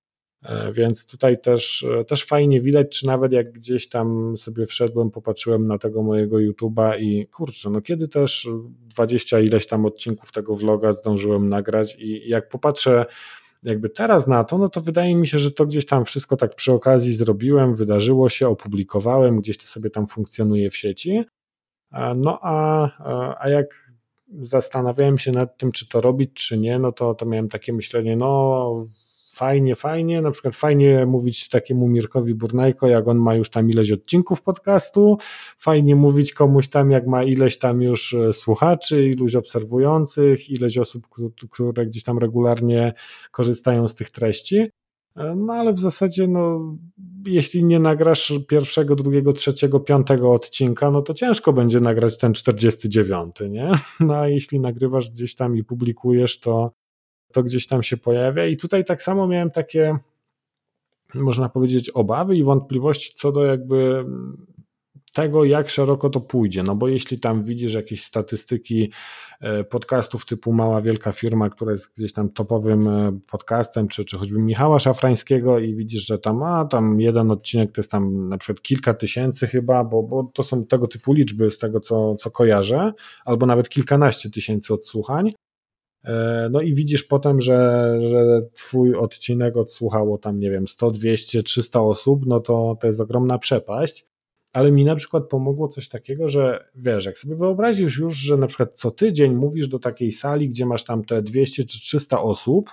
e, więc tutaj też, e, też fajnie widać, czy nawet jak gdzieś tam sobie wszedłem, popatrzyłem na tego mojego YouTube'a i kurczę, no kiedy też dwadzieścia ileś tam odcinków tego vloga zdążyłem nagrać i jak popatrzę jakby teraz na to, no to wydaje mi się, że to gdzieś tam wszystko tak przy okazji zrobiłem, wydarzyło się, opublikowałem, gdzieś to sobie tam funkcjonuje w sieci. No a, a jak zastanawiałem się nad tym, czy to robić, czy nie, no to, to miałem takie myślenie, no fajnie, fajnie, na przykład fajnie mówić takiemu Mirkowi Burnejko, jak on ma już tam ileś odcinków podcastu, fajnie mówić komuś tam, jak ma ileś tam już słuchaczy, iluś obserwujących, ileś osób, które gdzieś tam regularnie korzystają z tych treści. No ale w zasadzie, no, jeśli nie nagrasz pierwszego, drugiego, trzeciego, piątego odcinka, no to ciężko będzie nagrać ten czterdziesty dziewiąty, nie? No a jeśli nagrywasz gdzieś tam i publikujesz, to, to gdzieś tam się pojawia. I tutaj tak samo miałem takie, można powiedzieć, obawy i wątpliwości co do jakby tego, jak szeroko to pójdzie, no bo jeśli tam widzisz jakieś statystyki podcastów typu Mała Wielka Firma, która jest gdzieś tam topowym podcastem, czy, czy choćby Michała Szafrańskiego i widzisz, że tam, a tam jeden odcinek to jest tam na przykład kilka tysięcy chyba, bo, bo to są tego typu liczby z tego, co, co kojarzę, albo nawet kilkanaście tysięcy odsłuchań, no i widzisz potem, że, że twój odcinek odsłuchało tam, nie wiem, sto, dwieście, trzysta osób, no to to jest ogromna przepaść. Ale mi na przykład pomogło coś takiego, że wiesz, jak sobie wyobrazisz już, że na przykład co tydzień mówisz do takiej sali, gdzie masz tam te dwieście czy trzysta osób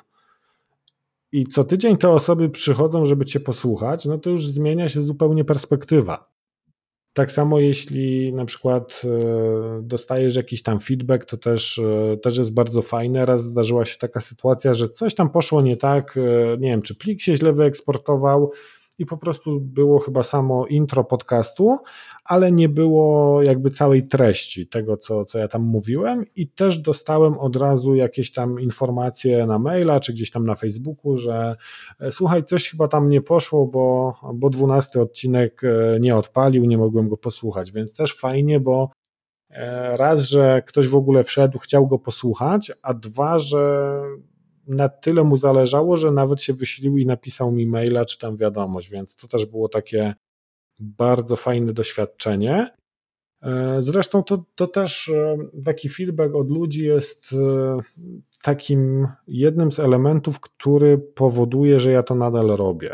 i co tydzień te osoby przychodzą, żeby cię posłuchać, no to już zmienia się zupełnie perspektywa. Tak samo jeśli na przykład dostajesz jakiś tam feedback, to też, też jest bardzo fajne. Raz zdarzyła się taka sytuacja, że coś tam poszło nie tak, nie wiem, czy plik się źle wyeksportował, i po prostu było chyba samo intro podcastu, ale nie było jakby całej treści tego, co, co ja tam mówiłem i też dostałem od razu jakieś tam informacje na maila, czy gdzieś tam na Facebooku, że słuchaj, coś chyba tam nie poszło, bo, bo dwunasty odcinek nie odpalił, nie mogłem go posłuchać, więc też fajnie, bo raz, że ktoś w ogóle wszedł, chciał go posłuchać, a dwa, że na tyle mu zależało, że nawet się wysilił i napisał mi maila czy tam wiadomość, więc to też było takie bardzo fajne doświadczenie. Zresztą to, to też taki feedback od ludzi jest takim jednym z elementów, który powoduje, że ja to nadal robię.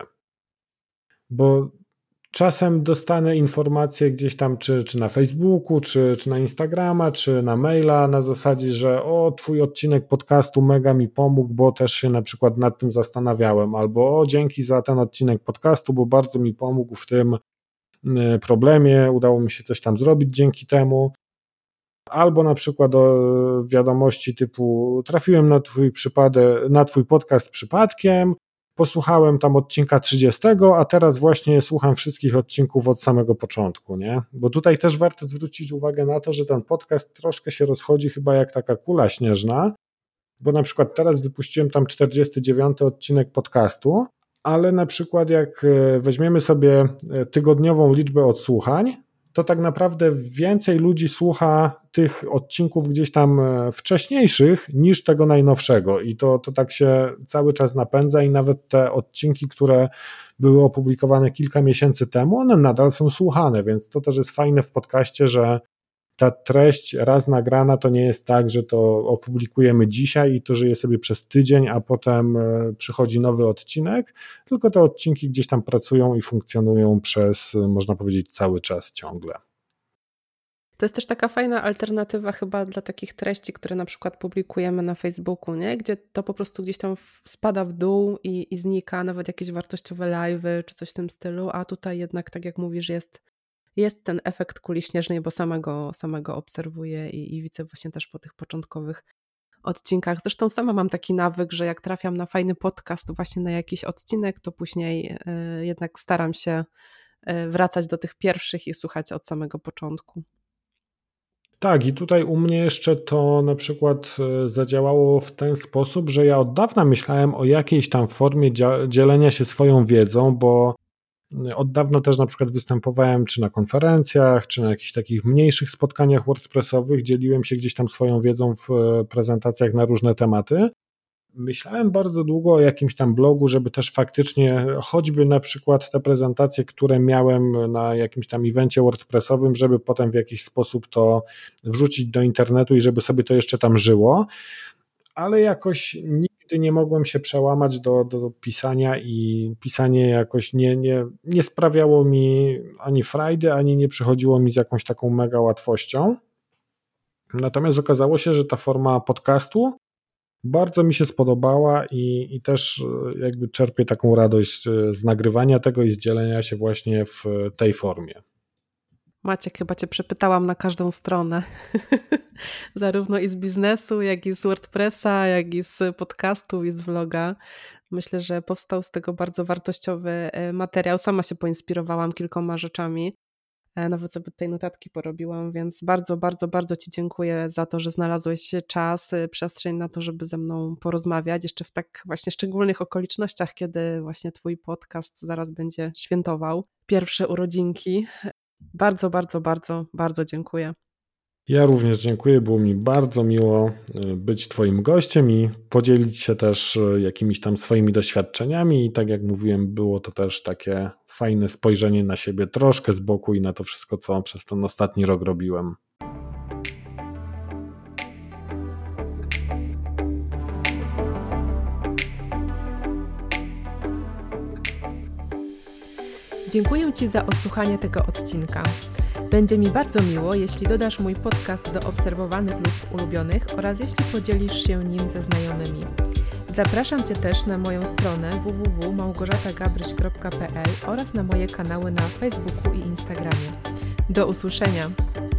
Bo czasem dostanę informacje gdzieś tam, czy, czy na Facebooku, czy, czy na Instagrama, czy na maila na zasadzie, że o, twój odcinek podcastu mega mi pomógł, bo też się na przykład nad tym zastanawiałem, albo o, dzięki za ten odcinek podcastu, bo bardzo mi pomógł w tym problemie, udało mi się coś tam zrobić dzięki temu. Albo na przykład o wiadomości typu trafiłem na twój przypadek, na twój podcast przypadkiem, posłuchałem tam odcinka trzydziestego, a teraz właśnie słucham wszystkich odcinków od samego początku, nie? Bo tutaj też warto zwrócić uwagę na to, że ten podcast troszkę się rozchodzi chyba jak taka kula śnieżna, bo na przykład teraz wypuściłem tam czterdziesty dziewiąty odcinek podcastu, ale na przykład jak weźmiemy sobie tygodniową liczbę odsłuchań, to tak naprawdę więcej ludzi słucha tych odcinków gdzieś tam wcześniejszych niż tego najnowszego i to, to tak się cały czas napędza i nawet te odcinki, które były opublikowane kilka miesięcy temu, one nadal są słuchane, więc to też jest fajne w podcaście, że ta treść raz nagrana to nie jest tak, że to opublikujemy dzisiaj i to żyje sobie przez tydzień, a potem przychodzi nowy odcinek, tylko te odcinki gdzieś tam pracują i funkcjonują przez, można powiedzieć, cały czas ciągle. To jest też taka fajna alternatywa chyba dla takich treści, które na przykład publikujemy na Facebooku, nie? Gdzie to po prostu gdzieś tam spada w dół i, i znika, nawet jakieś wartościowe live'y czy coś w tym stylu, a tutaj jednak, tak jak mówisz, jest Jest ten efekt kuli śnieżnej, bo samego, samego obserwuję i, i widzę właśnie też po tych początkowych odcinkach. Zresztą sama mam taki nawyk, że jak trafiam na fajny podcast właśnie na jakiś odcinek, to później y, jednak staram się y, wracać do tych pierwszych i słuchać od samego początku. Tak, i tutaj u mnie jeszcze to na przykład zadziałało w ten sposób, że ja od dawna myślałem o jakiejś tam formie dzielenia się swoją wiedzą, bo od dawna też na przykład występowałem czy na konferencjach, czy na jakichś takich mniejszych spotkaniach WordPressowych, dzieliłem się gdzieś tam swoją wiedzą w prezentacjach na różne tematy. Myślałem bardzo długo o jakimś tam blogu, żeby też faktycznie choćby na przykład te prezentacje, które miałem na jakimś tam evencie WordPressowym, żeby potem w jakiś sposób to wrzucić do internetu i żeby sobie to jeszcze tam żyło, ale jakoś nigdy nie mogłem się przełamać do, do pisania i pisanie jakoś nie, nie, nie sprawiało mi ani frajdy, ani nie przychodziło mi z jakąś taką mega łatwością. Natomiast okazało się, że ta forma podcastu bardzo mi się spodobała i, i też jakby czerpię taką radość z nagrywania tego i z dzielenia się właśnie w tej formie. Maciek, chyba cię przepytałam na każdą stronę, zarówno i z biznesu, jak i z WordPressa, jak i z podcastu i z vloga. Myślę, że powstał z tego bardzo wartościowy materiał. Sama się poinspirowałam kilkoma rzeczami, nawet sobie tej notatki porobiłam, więc bardzo, bardzo, bardzo ci dziękuję za to, że znalazłeś czas, przestrzeń na to, żeby ze mną porozmawiać, jeszcze w tak właśnie szczególnych okolicznościach, kiedy właśnie twój podcast zaraz będzie świętował pierwsze urodzinki. Bardzo, bardzo, bardzo, bardzo dziękuję. Ja również dziękuję, było mi bardzo miło być twoim gościem i podzielić się też jakimiś tam swoimi doświadczeniami i tak jak mówiłem, było to też takie fajne spojrzenie na siebie troszkę z boku i na to wszystko, co przez ten ostatni rok robiłem. Dziękuję ci za odsłuchanie tego odcinka. Będzie mi bardzo miło, jeśli dodasz mój podcast do obserwowanych lub ulubionych oraz jeśli podzielisz się nim ze znajomymi. Zapraszam cię też na moją stronę w w w kropka małgorzata gabryś kropka p l oraz na moje kanały na Facebooku i Instagramie. Do usłyszenia!